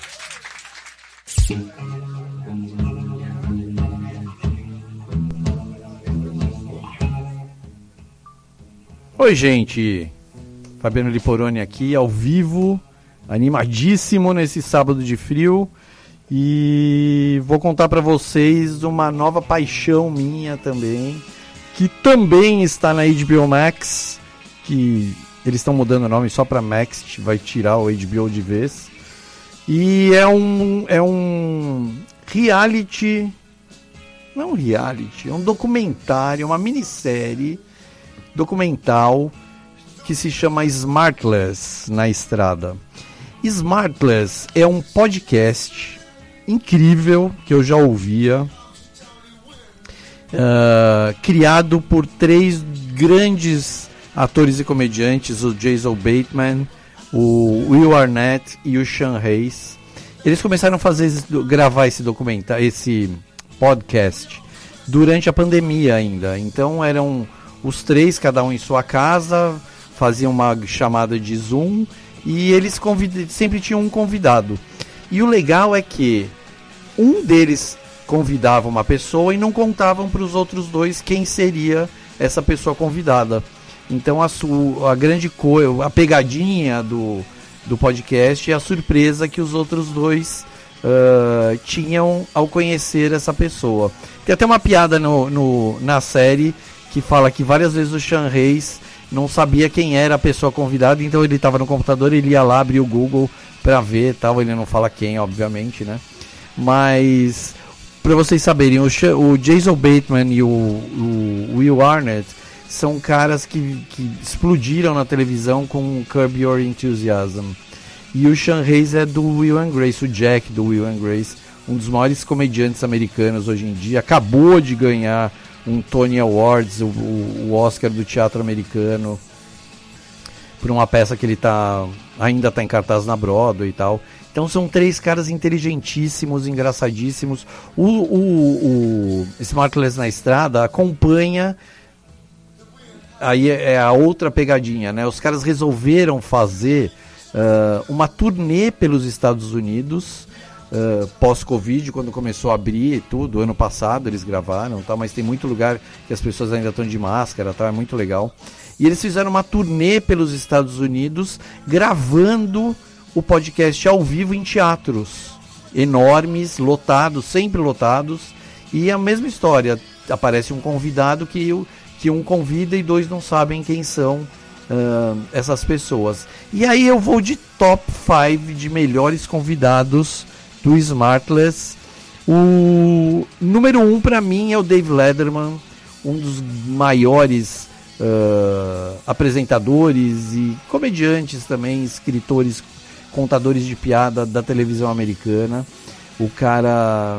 Oi, gente. Fabiano Liporoni aqui, ao vivo, animadíssimo nesse sábado de frio. E vou contar pra vocês uma nova paixão minha também, que também está na H B O Max, que eles estão mudando o nome só pra Max, vai tirar o H B O de vez. E é um, é um reality, não reality, é um documentário, uma minissérie documental que se chama Smartless na Estrada. Smartless é um podcast incrível que eu já ouvia, uh, criado por três grandes atores e comediantes, o Jason Bateman, o Will Arnett e o Sean Hayes. Eles começaram a fazer gravar esse documentário, esse podcast durante a pandemia ainda. Então eram os três, cada um em sua casa, faziam uma chamada de Zoom e eles convid... sempre tinham um convidado. E o legal é que um deles convidava uma pessoa e não contavam para os outros dois quem seria essa pessoa convidada. Então a, su- a grande coisa, a pegadinha do, do podcast é a surpresa que os outros dois uh, tinham ao conhecer essa pessoa. Tem até uma piada no, no, na série que fala que várias vezes o Sean Hayes não sabia quem era a pessoa convidada, então ele estava no computador, ele ia lá, abria o Google para ver, tal. Ele não fala quem, obviamente, né? Mas para vocês saberem, o, o Jason Bateman e o, o Will Arnett são caras que, que explodiram na televisão com Curb Your Enthusiasm. E o Sean Hayes é do Will and Grace, o Jack do Will and Grace, um dos maiores comediantes americanos hoje em dia. Acabou de ganhar um Tony Awards, o, o Oscar do teatro americano, por uma peça que ele tá, ainda está em cartaz na Broadway e tal. Então são três caras inteligentíssimos, engraçadíssimos. O, o, o Smartless na Estrada acompanha... Aí é a outra pegadinha, né? Os caras resolveram fazer uh, uma turnê pelos Estados Unidos, uh, pós-Covid, quando começou a abrir e tudo. Ano passado eles gravaram, tá? Mas tem muito lugar que as pessoas ainda estão de máscara, tá? É muito legal. E eles fizeram uma turnê pelos Estados Unidos, gravando o podcast ao vivo em teatros enormes, lotados, sempre lotados. E a mesma história, aparece um convidado que o que um convida e dois não sabem quem são uh, essas pessoas. E aí eu vou de top cinco de melhores convidados do Smartless. O número um para mim é o Dave Letterman, um dos maiores uh, apresentadores e comediantes também, escritores, contadores de piada da televisão americana. O cara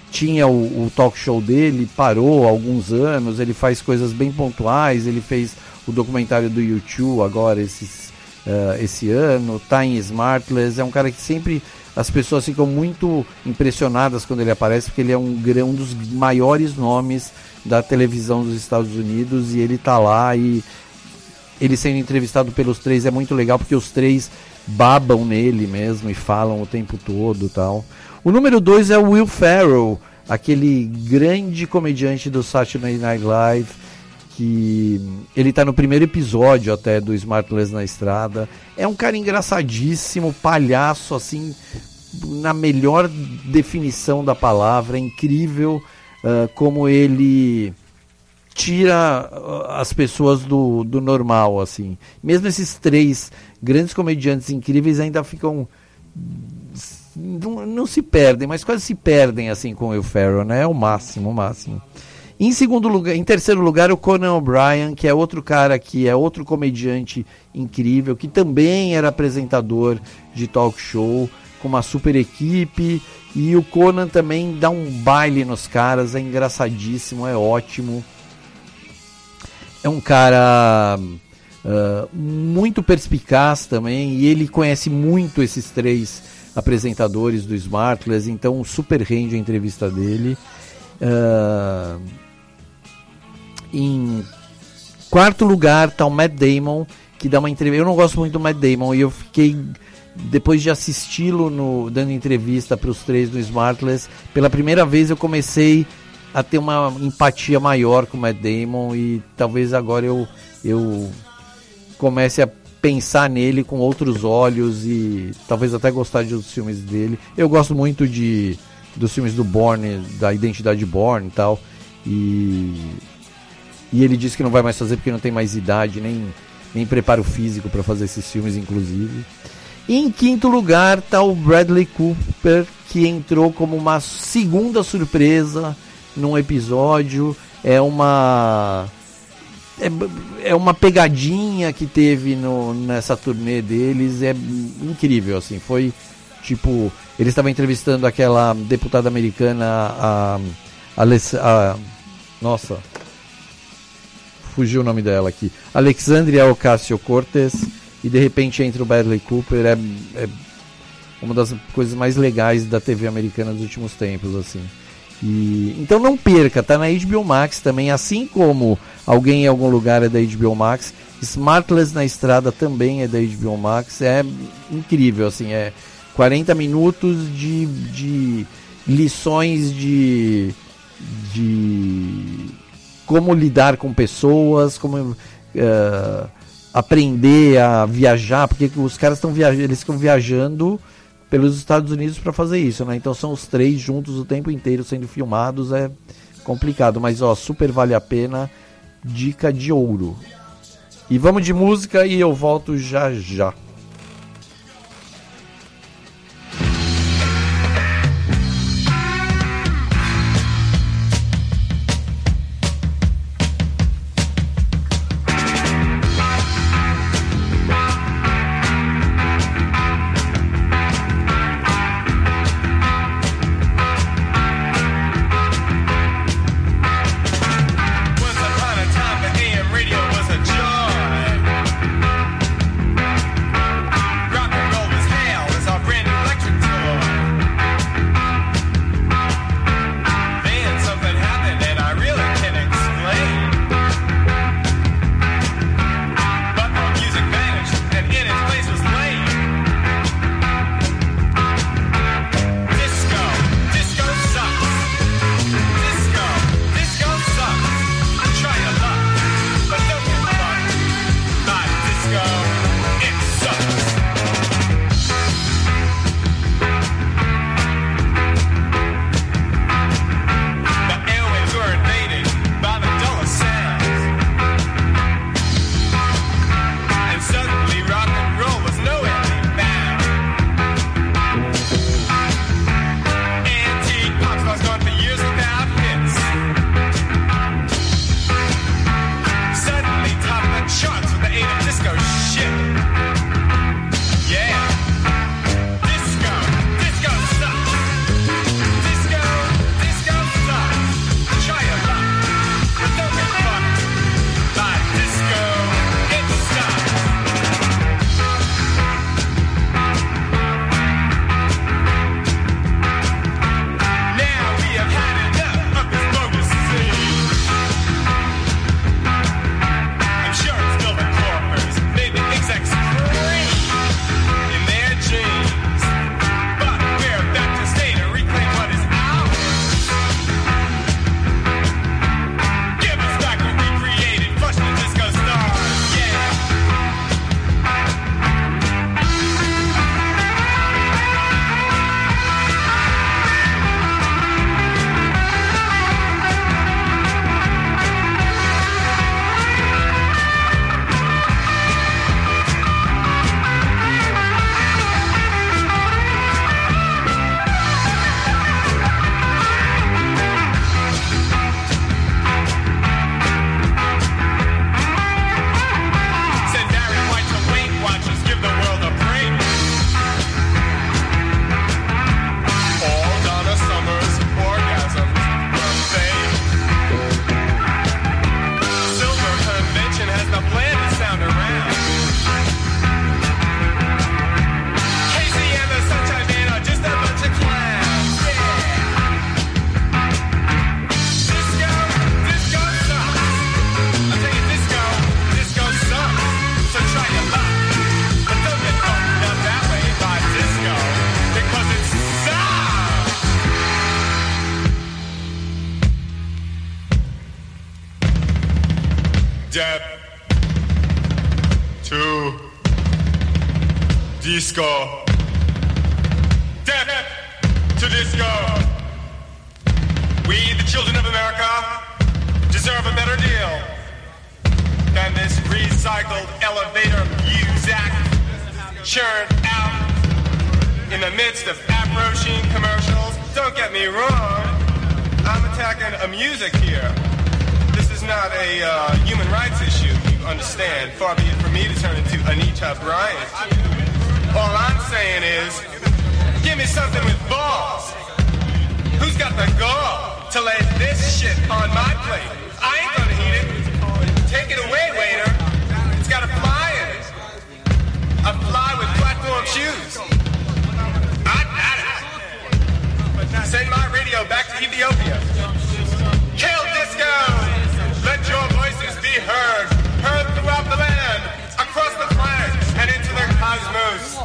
tinha o, o talk show dele, parou há alguns anos, ele faz coisas bem pontuais, ele fez o documentário do YouTube agora esses, uh, esse ano, tá em Smartless, é um cara que sempre as pessoas ficam muito impressionadas quando ele aparece, porque ele é um, um dos maiores nomes da televisão dos Estados Unidos, e ele tá lá, e ele sendo entrevistado pelos três é muito legal, porque os três babam nele mesmo e falam o tempo todo, tal. O número dois é o Will Ferrell, aquele grande comediante do Saturday Night Live, que ele tá no primeiro episódio até do Smartless na Estrada. É um cara engraçadíssimo, palhaço, assim, na melhor definição da palavra. É incrível uh, como ele tira as pessoas do, do normal, assim. Mesmo esses três grandes comediantes incríveis ainda ficam... Não, não se perdem, mas quase se perdem assim com o Will Ferrell, né? É o máximo, o máximo. Em segundo lugar, em terceiro lugar, o Conan O'Brien, que é outro cara que é outro comediante incrível, que também era apresentador de talk show, com uma super equipe, e o Conan também dá um baile nos caras, é engraçadíssimo, é ótimo. É um cara uh, muito perspicaz também, e ele conhece muito esses três apresentadores do Smartless, então super rende a entrevista dele. Uh, em quarto lugar está o Matt Damon, que dá uma entrevista. Eu não gosto muito do Matt Damon, e eu fiquei, depois de assisti-lo no, dando entrevista para os três do Smartless, pela primeira vez eu comecei a ter uma empatia maior com o Matt Damon, e talvez agora eu, eu comece a pensar nele com outros olhos e talvez até gostar de outros filmes dele. Eu gosto muito de, dos filmes do Bourne, da Identidade Bourne e tal, e, e ele disse que não vai mais fazer porque não tem mais idade, nem, nem preparo físico para fazer esses filmes, inclusive. E em quinto lugar está o Bradley Cooper, que entrou como uma segunda surpresa num episódio. É uma... É, é uma pegadinha que teve no, nessa turnê deles, é incrível, assim, foi tipo, eles estavam entrevistando aquela deputada americana, a, a, a nossa, fugiu o nome dela aqui, Alexandria Ocasio-Cortez, e de repente entra o Bradley Cooper, é, é uma das coisas mais legais da T V americana dos últimos tempos, assim. E, então não perca, tá na H B O Max também, assim como Alguém em Algum Lugar é da H B O Max, Smartless na Estrada também é da H B O Max. É incrível, assim, é quarenta minutos de, de lições de, de como lidar com pessoas, como uh, aprender a viajar, porque os caras estão viajando, eles ficam viajando pelos Estados Unidos para fazer isso, né? Então são os três juntos o tempo inteiro sendo filmados, é complicado, mas ó, super vale a pena, dica de ouro. E vamos de música e eu volto já já. Once upon a time, the A M radio was a joy. Step to disco. Step to disco. We, the children of America, deserve a better deal than this recycled elevator music churned out in the midst of Afro Sheen commercials. Don't get me wrong, I'm attacking a music here. This is not a uh, human rights issue, you understand. Far be it from me to turn into Anita Bryant. All I'm saying is, give me something with balls. Who's got the gall to lay this shit on my plate? I ain't gonna eat it. Take it away, waiter. It's got a fly in it. A fly with platform shoes. I got it. Send my radio back to Ethiopia. Kill disco! Let your voices be heard. Heard throughout the land, across the planet, and into the cosmos.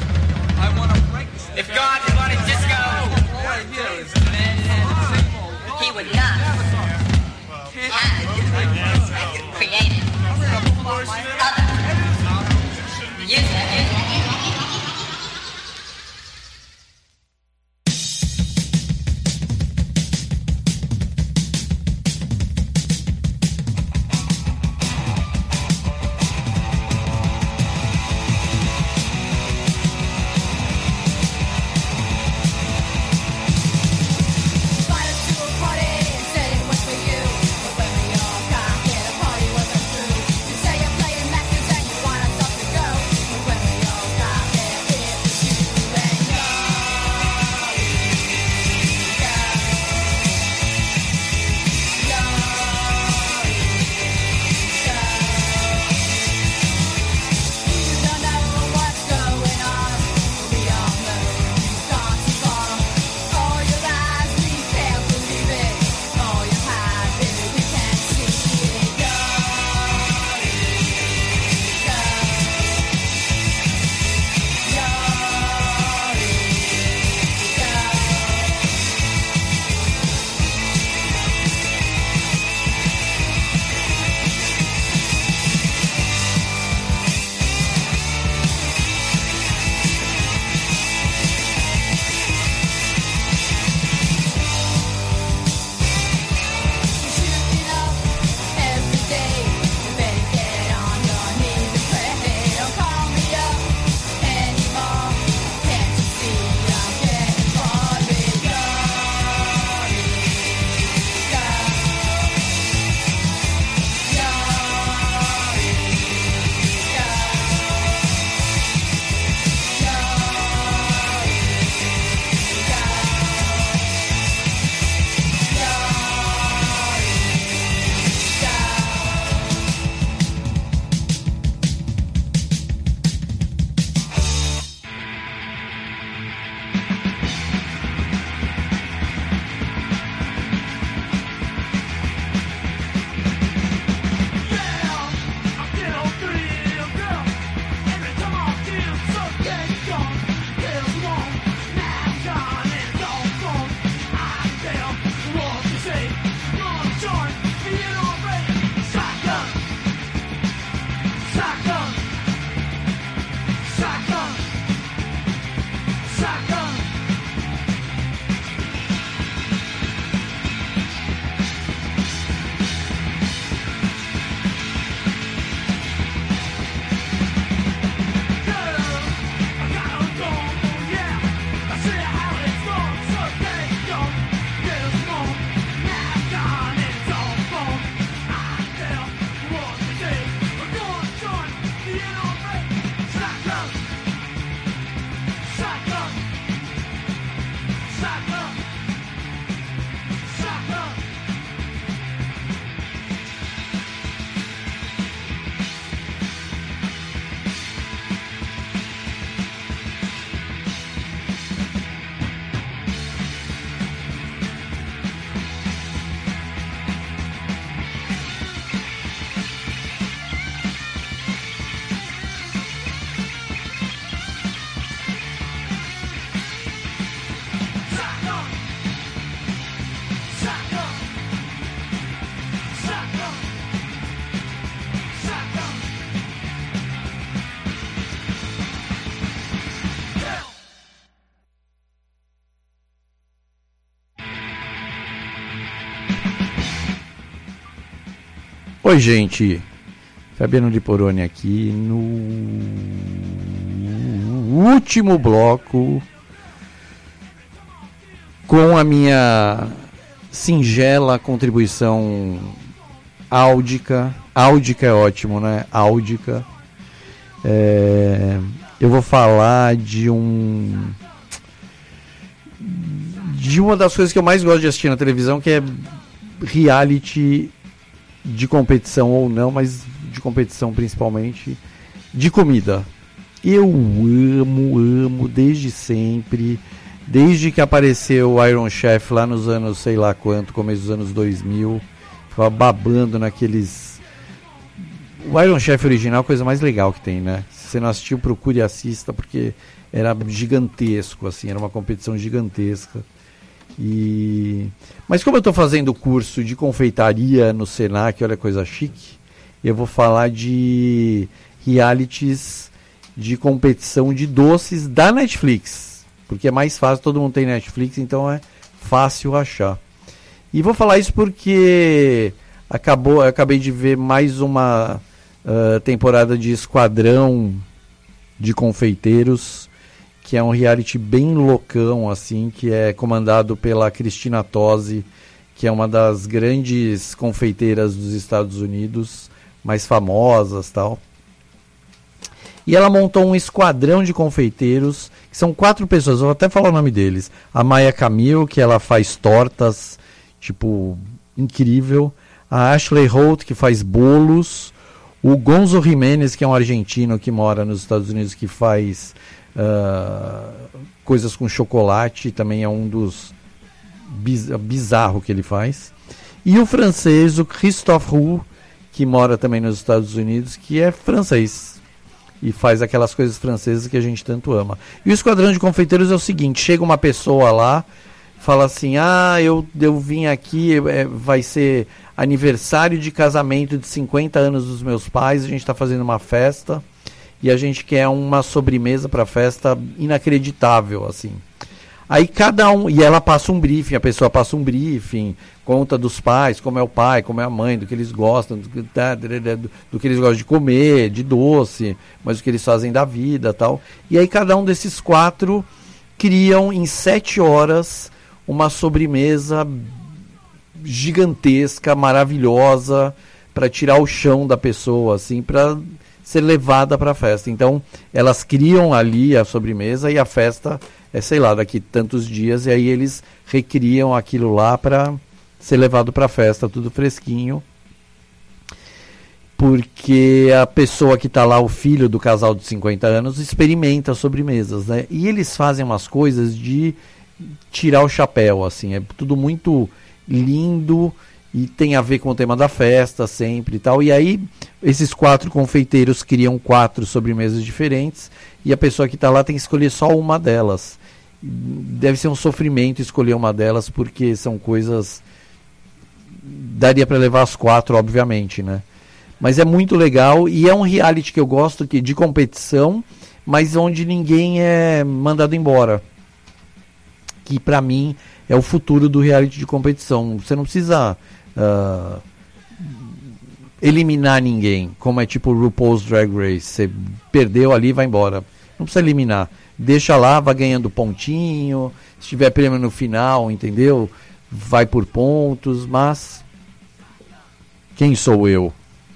If God wanted disco, he would not have created other music. Say you're playing Matthew Oi, gente. Fabiano Liporoni aqui no último bloco com a minha singela contribuição áudica. Áudica é ótimo, né? Áudica. É, eu vou falar de um de uma das coisas que eu mais gosto de assistir na televisão, que é reality de competição ou não, mas de competição principalmente, de comida. Eu amo, amo desde sempre, desde que apareceu o Iron Chef lá nos anos sei lá quanto, começo dos anos dois mil, ficava babando naqueles... O Iron Chef original é a coisa mais legal que tem, né? Se você não assistiu, procure e assista, porque era gigantesco, assim, era uma competição gigantesca. E... Mas como eu estou fazendo o curso de confeitaria no Senac, olha que coisa chique, eu vou falar de realities de competição de doces da Netflix, porque é mais fácil, todo mundo tem Netflix, então é fácil achar. E vou falar isso porque acabou, eu acabei de ver mais uma uh, temporada de Esquadrão de Confeiteiros, que é um reality bem loucão, assim, que é comandado pela Cristina Tosi, que é uma das grandes confeiteiras dos Estados Unidos, mais famosas, tal. E ela montou um esquadrão de confeiteiros, que são quatro pessoas, eu vou até falar o nome deles. A Maya Camille, que ela faz tortas, tipo, incrível. A Ashley Holt, que faz bolos. O Gonzo Jimenez, que é um argentino que mora nos Estados Unidos, que faz uh, coisas com chocolate, também é um dos biz bizarro que ele faz. E o francês, o Christophe Roux, que mora também nos Estados Unidos, que é francês e faz aquelas coisas francesas que a gente tanto ama. E o Esquadrão de Confeiteiros é o seguinte: chega uma pessoa lá, fala assim, ah, eu, eu vim aqui, é, vai ser aniversário de casamento de cinquenta anos dos meus pais, a gente está fazendo uma festa e a gente quer uma sobremesa para a festa inacreditável, assim. Aí cada um, e ela passa um briefing, a pessoa passa um briefing, conta dos pais, como é o pai, como é a mãe, do que eles gostam, do, do, do que eles gostam de comer, de doce, mas o que eles fazem da vida, tal. E aí cada um desses quatro criam em sete horas uma sobremesa gigantesca, maravilhosa, para tirar o chão da pessoa, assim, para ser levada para a festa. Então, elas criam ali a sobremesa e a festa é, sei lá, daqui tantos dias, e aí eles recriam aquilo lá para ser levado para a festa, tudo fresquinho. Porque a pessoa que está lá, o filho do casal de cinquenta anos, experimenta sobremesas, né? E eles fazem umas coisas de tirar o chapéu, assim, é tudo muito lindo e tem a ver com o tema da festa sempre e tal. E aí esses quatro confeiteiros criam quatro sobremesas diferentes e a pessoa que está lá tem que escolher só uma delas. Deve ser um sofrimento escolher uma delas, porque são coisas... daria para levar as quatro, obviamente, né? Mas é muito legal e é um reality que eu gosto, que de competição, mas onde ninguém é mandado embora, que para mim é o futuro do reality de competição. Você não precisa uh, eliminar ninguém, como é tipo o RuPaul's Drag Race. Você perdeu ali, vai embora. Não precisa eliminar. Deixa lá, vai ganhando pontinho. Se tiver prêmio no final, entendeu? Vai por pontos, mas quem sou eu?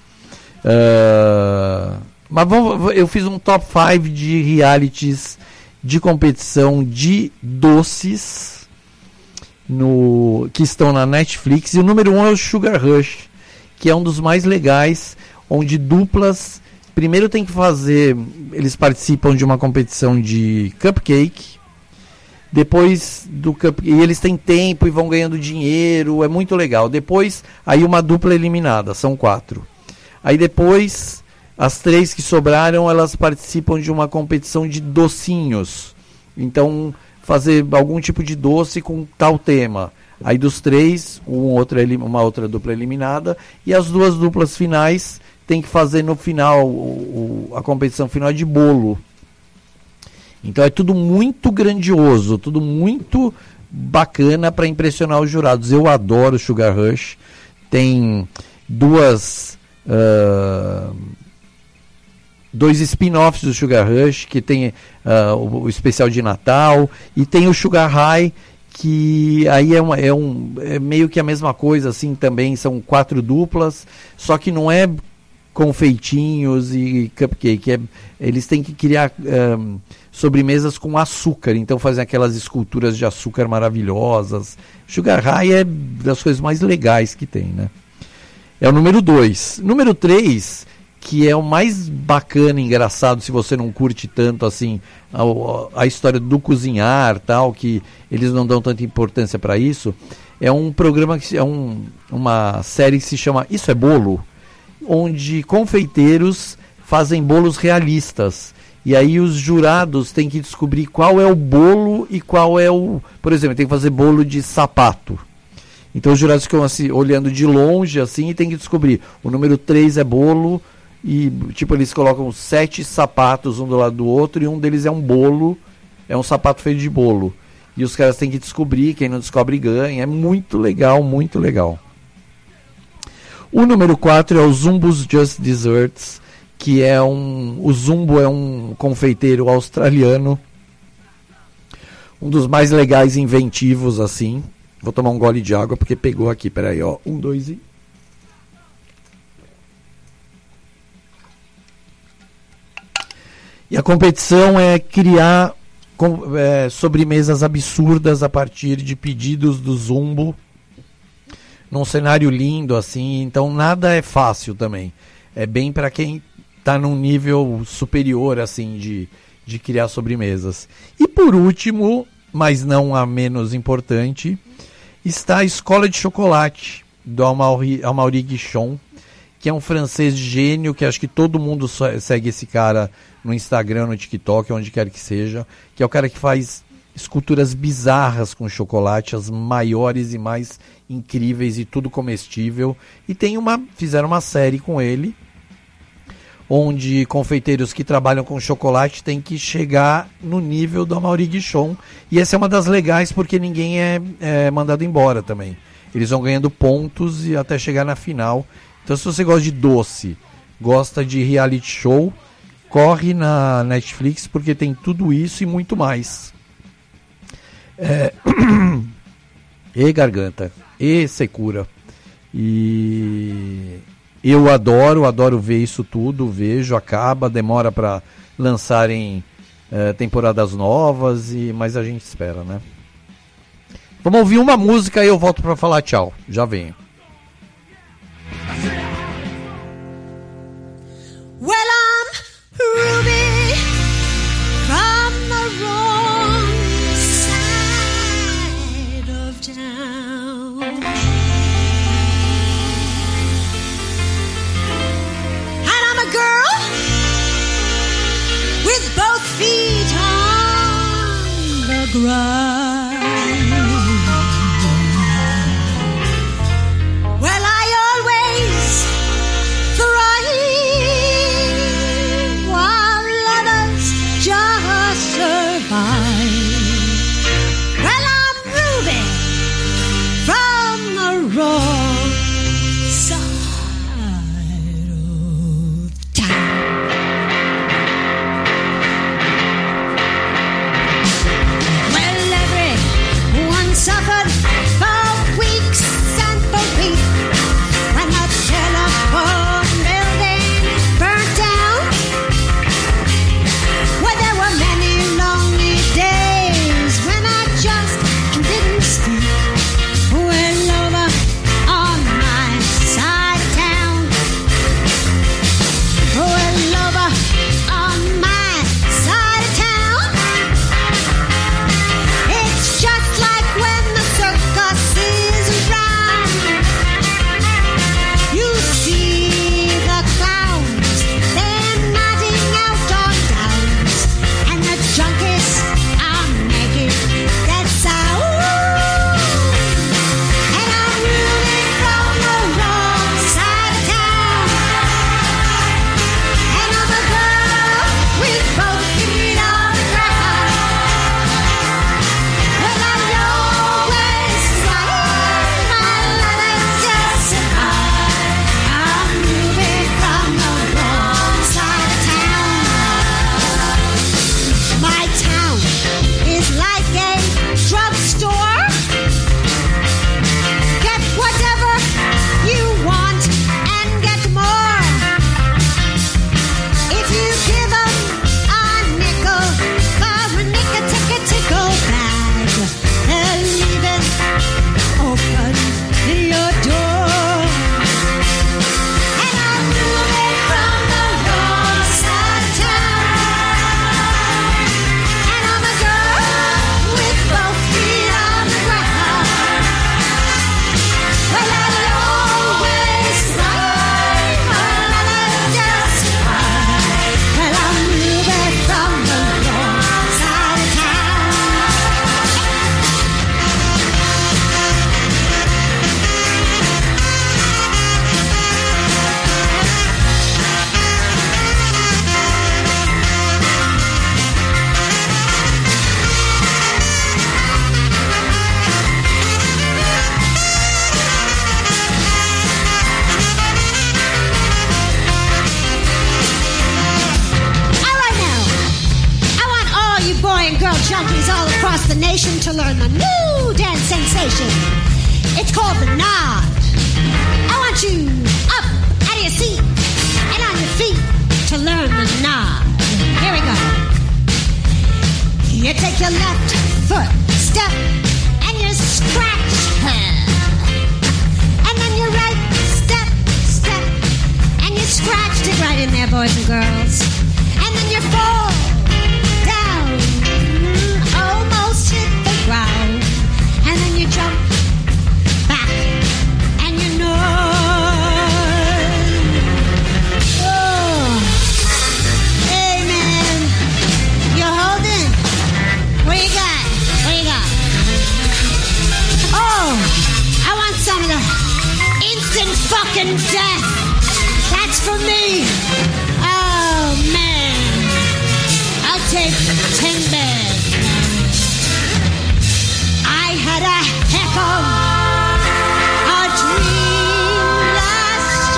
Uh, mas vamos, eu fiz um top cinco de realities de competição de doces no, que estão na Netflix, e o número um é o Sugar Rush, que é um dos mais legais, onde duplas primeiro tem que fazer, eles participam de uma competição de cupcake, depois do cup, e eles têm tempo e vão ganhando dinheiro, é muito legal. Depois aí uma dupla eliminada, são quatro. Aí depois as três que sobraram, elas participam de uma competição de docinhos. Então, fazer algum tipo de doce com tal tema. Aí dos três, um outro, uma outra dupla eliminada. E as duas duplas finais tem que fazer no final, o, o, a competição final de bolo. Então é tudo muito grandioso, tudo muito bacana para impressionar os jurados. Eu adoro Sugar Rush. Tem duas... uh, dois spin-offs do Sugar Rush, que tem uh, o, o especial de Natal, e tem o Sugar High, que aí é, uma, é, um, é meio que a mesma coisa, assim, também são quatro duplas, só que não é confeitinhos e cupcake, é, eles têm que criar um, sobremesas com açúcar, então fazem aquelas esculturas de açúcar maravilhosas. Sugar High é das coisas mais legais que tem, né? É o número dois. Número três, que é o mais bacana e engraçado, se você não curte tanto assim a, a história do cozinhar, tal, que eles não dão tanta importância para isso, é um programa que é um, uma série que se chama Isso é Bolo, onde confeiteiros fazem bolos realistas. E aí os jurados têm que descobrir qual é o bolo e qual é o... Por exemplo, tem que fazer bolo de sapato. Então os jurados ficam assim, olhando de longe assim, e tem que descobrir. O número três é bolo, e tipo, eles colocam sete sapatos um do lado do outro, e um deles é um bolo, é um sapato feito de bolo. E os caras têm que descobrir, quem não descobre ganha. É muito legal, muito legal. O número quatro é o Zumbo's Just Desserts, que é um... O Zumbo é um confeiteiro australiano, um dos mais legais e inventivos, assim. Vou tomar um gole de água porque pegou aqui, peraí, ó. Um, dois e... E a competição é criar com, é, sobremesas absurdas a partir de pedidos do Zumbo, num cenário lindo, assim. Então nada é fácil também. É bem para quem está num nível superior, assim, de, de criar sobremesas. E por último, mas não a menos importante, está a Escola de Chocolate, do Amaury, Amaury Guichon, que é um francês gênio, que acho que todo mundo segue esse cara no Instagram, no TikTok, onde quer que seja, que é o cara que faz esculturas bizarras com chocolate, as maiores e mais incríveis, e tudo comestível. E tem uma, fizeram uma série com ele, onde confeiteiros que trabalham com chocolate têm que chegar no nível do Amaury Guichon. E essa é uma das legais, porque ninguém é, é mandado embora também. Eles vão ganhando pontos e até chegar na final. Então, se você gosta de doce, gosta de reality show, corre na Netflix, porque tem tudo isso e muito mais. É... e garganta, e secura. E eu adoro, adoro ver isso tudo, vejo, acaba, demora para lançarem é, temporadas novas, e mas a gente espera, né? Vamos ouvir uma música e eu volto para falar tchau. Já venho. Well, I'm Ruby from the wrong side of town. And I'm a girl with both feet on the ground. Well, I always thrive while others just survive. Well, I'm Ruby from the wrong side of town. Well, every junkies all across the nation to learn the new dance sensation. It's called the nod. I want you up out of your seat and on your feet to learn the nod. Here we go. You take your left foot step and you scratch her. And then your right step, step, and you scratched it right in there, boys and girls. And then you fall down, almost hit the ground. And then you jump back and you know. Oh, hey man, you're holding. What do you got? What do you got? Oh, I want some of the instant fucking death. That's for me. Oh man, I'll take ten bags. I had a heck of a dream last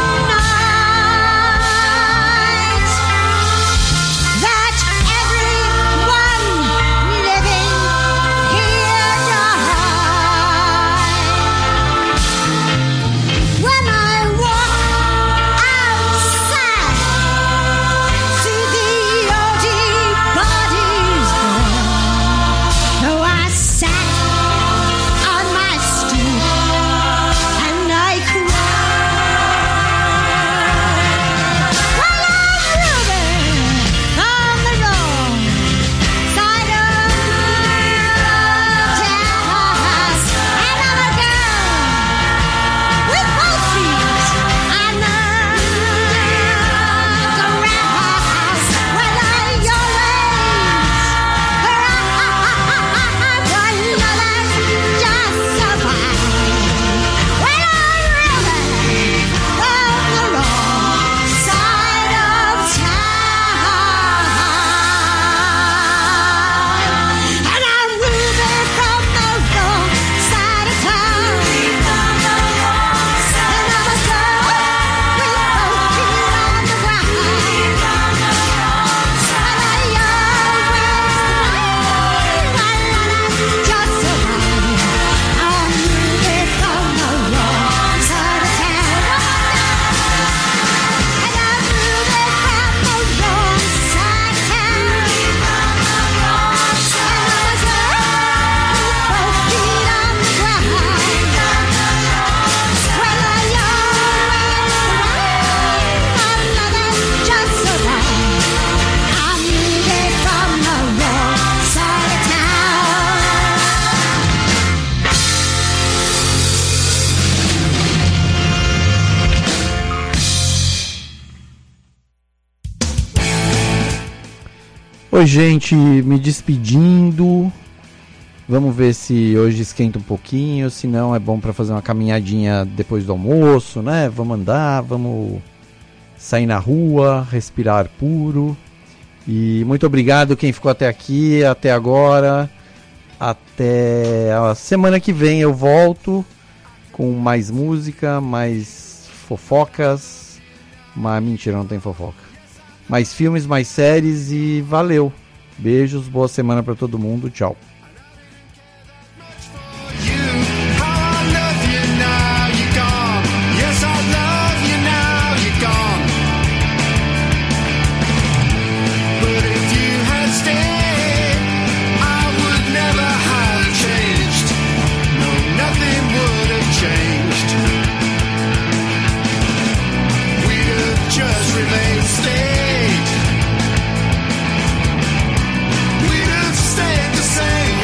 night that everyone living here died. When I walk outside, see the oldie bodies go. So I sat on my stool and I cried. Well, I'm Ruben on the wrong side of town, and I'm a girl with both feet on the ground. Well, I'm your Oi, gente, me despedindo. Vamos ver se hoje esquenta um pouquinho, se não é bom para fazer uma caminhadinha depois do almoço, né? Vamos andar, vamos sair na rua, respirar ar puro. E muito obrigado quem ficou até aqui, até agora. Até a semana que vem eu volto com mais música, mais fofocas. Mas mentira, não tem fofoca. Mais filmes, mais séries e valeu. Beijos, boa semana pra todo mundo. Tchau. Just remain stayed. We'd have stayed the same.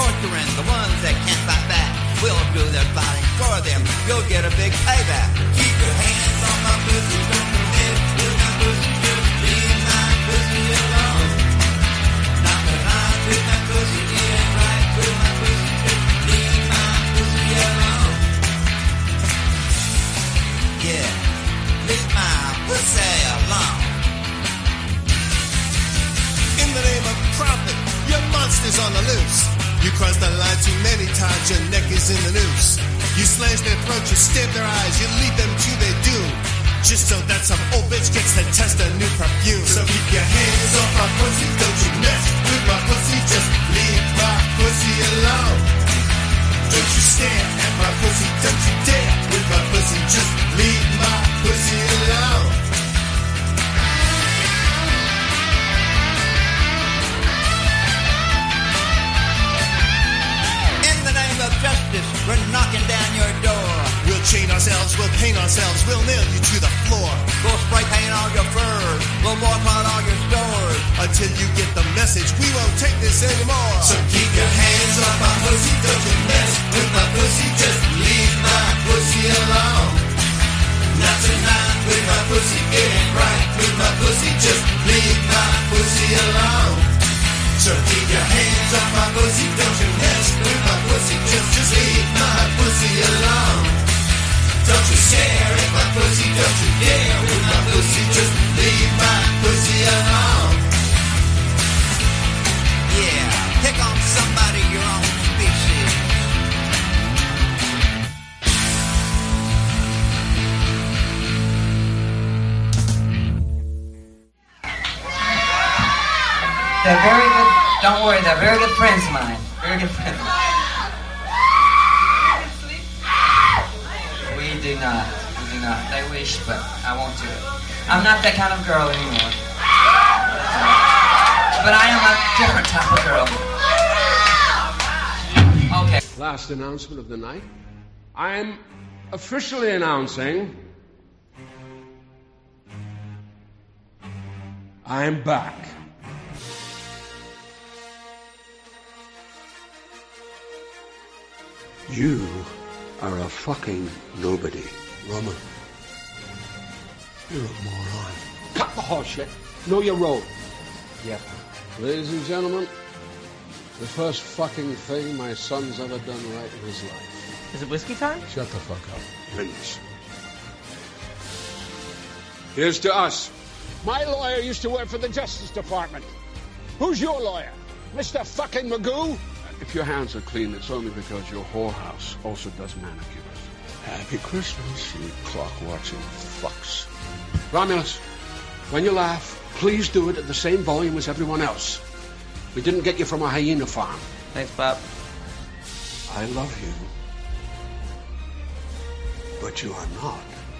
torturing the ones that can't fight back. We'll do their fighting for them. You'll get a big payback. Keep your hands on my pussy, don't you mess with my pussy. Just leave my pussy alone. Not around with my pussy, it ain't right with my pussy. Just leave my pussy alone. Yeah, leave my pussy alone. In the name of profit, your monster's on the loose. You cross the line too many times, your neck is in the noose. You slash their throats, you stab their eyes, you lead them to their doom. Just so that some old bitch gets to test a new perfume. So keep your hands off my pussy, don't you mess with my pussy. Just leave my pussy alone. Don't you stare at my pussy, don't you dare with my pussy. Just leave my pussy alone. Justice, we're knocking down your door. We'll chain ourselves, we'll paint ourselves, we'll nail you to the floor. We'll spray paint all your furs, we'll boycott all your stores. Until you get the message, we won't take this anymore. So keep your hands off my pussy, don't you mess with my pussy. Just leave my pussy alone. Not tonight with my pussy, it ain't right with my pussy. Just leave my pussy alone. So keep your hands off my pussy, don't you mess with my pussy. Just, just leave my pussy alone. Don't you stare at my pussy, don't you dare with my pussy. Just leave my pussy alone. Yeah, pick on somebody your own species. They're very good. Don't worry, they're very good friends of mine. Very good friends. We do not. We do not. They wish, but I won't do it. I'm not that kind of girl anymore. But I am a different type of girl. Okay. Last announcement of the night. I'm officially announcing I'm back. You are a fucking nobody, Roman. You're a moron. Cut the horse shit. Know your road. Yep. Ladies and gentlemen, the first fucking thing my son's ever done right in his life. Is it whiskey time? Shut the fuck up, please. Here's to us. My lawyer used to work for the Justice Department. Who's your lawyer? Mister fucking Magoo? If your hands are clean, it's only because your whorehouse also does manicures. Happy Christmas, you clock-watching fucks. Romulus, when you laugh, please do it at the same volume as everyone else. We didn't get you from a hyena farm. Thanks, Bob. I love you. But you are not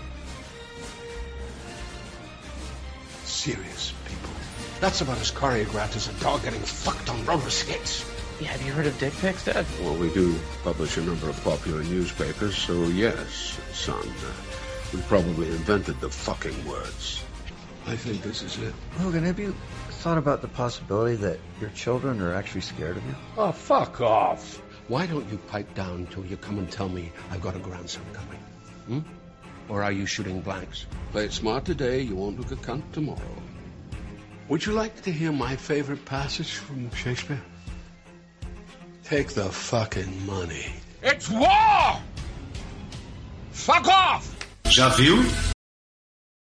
serious people. That's about as choreographed as a dog getting fucked on roller skates. Yeah, have you heard of dick pics, Dad? Well, we do publish a number of popular newspapers, so yes, son. Uh, we probably invented the fucking words. I think this is it. Logan, have you thought about the possibility that your children are actually scared of you? Oh, fuck off. Why don't you pipe down till you come and tell me I've got a grandson coming? Hmm? Or are you shooting blanks? Play it smart today, you won't look a cunt tomorrow. Would you like to hear my favorite passage from Shakespeare? Take the fucking money. It's war! Fuck off! Já viu?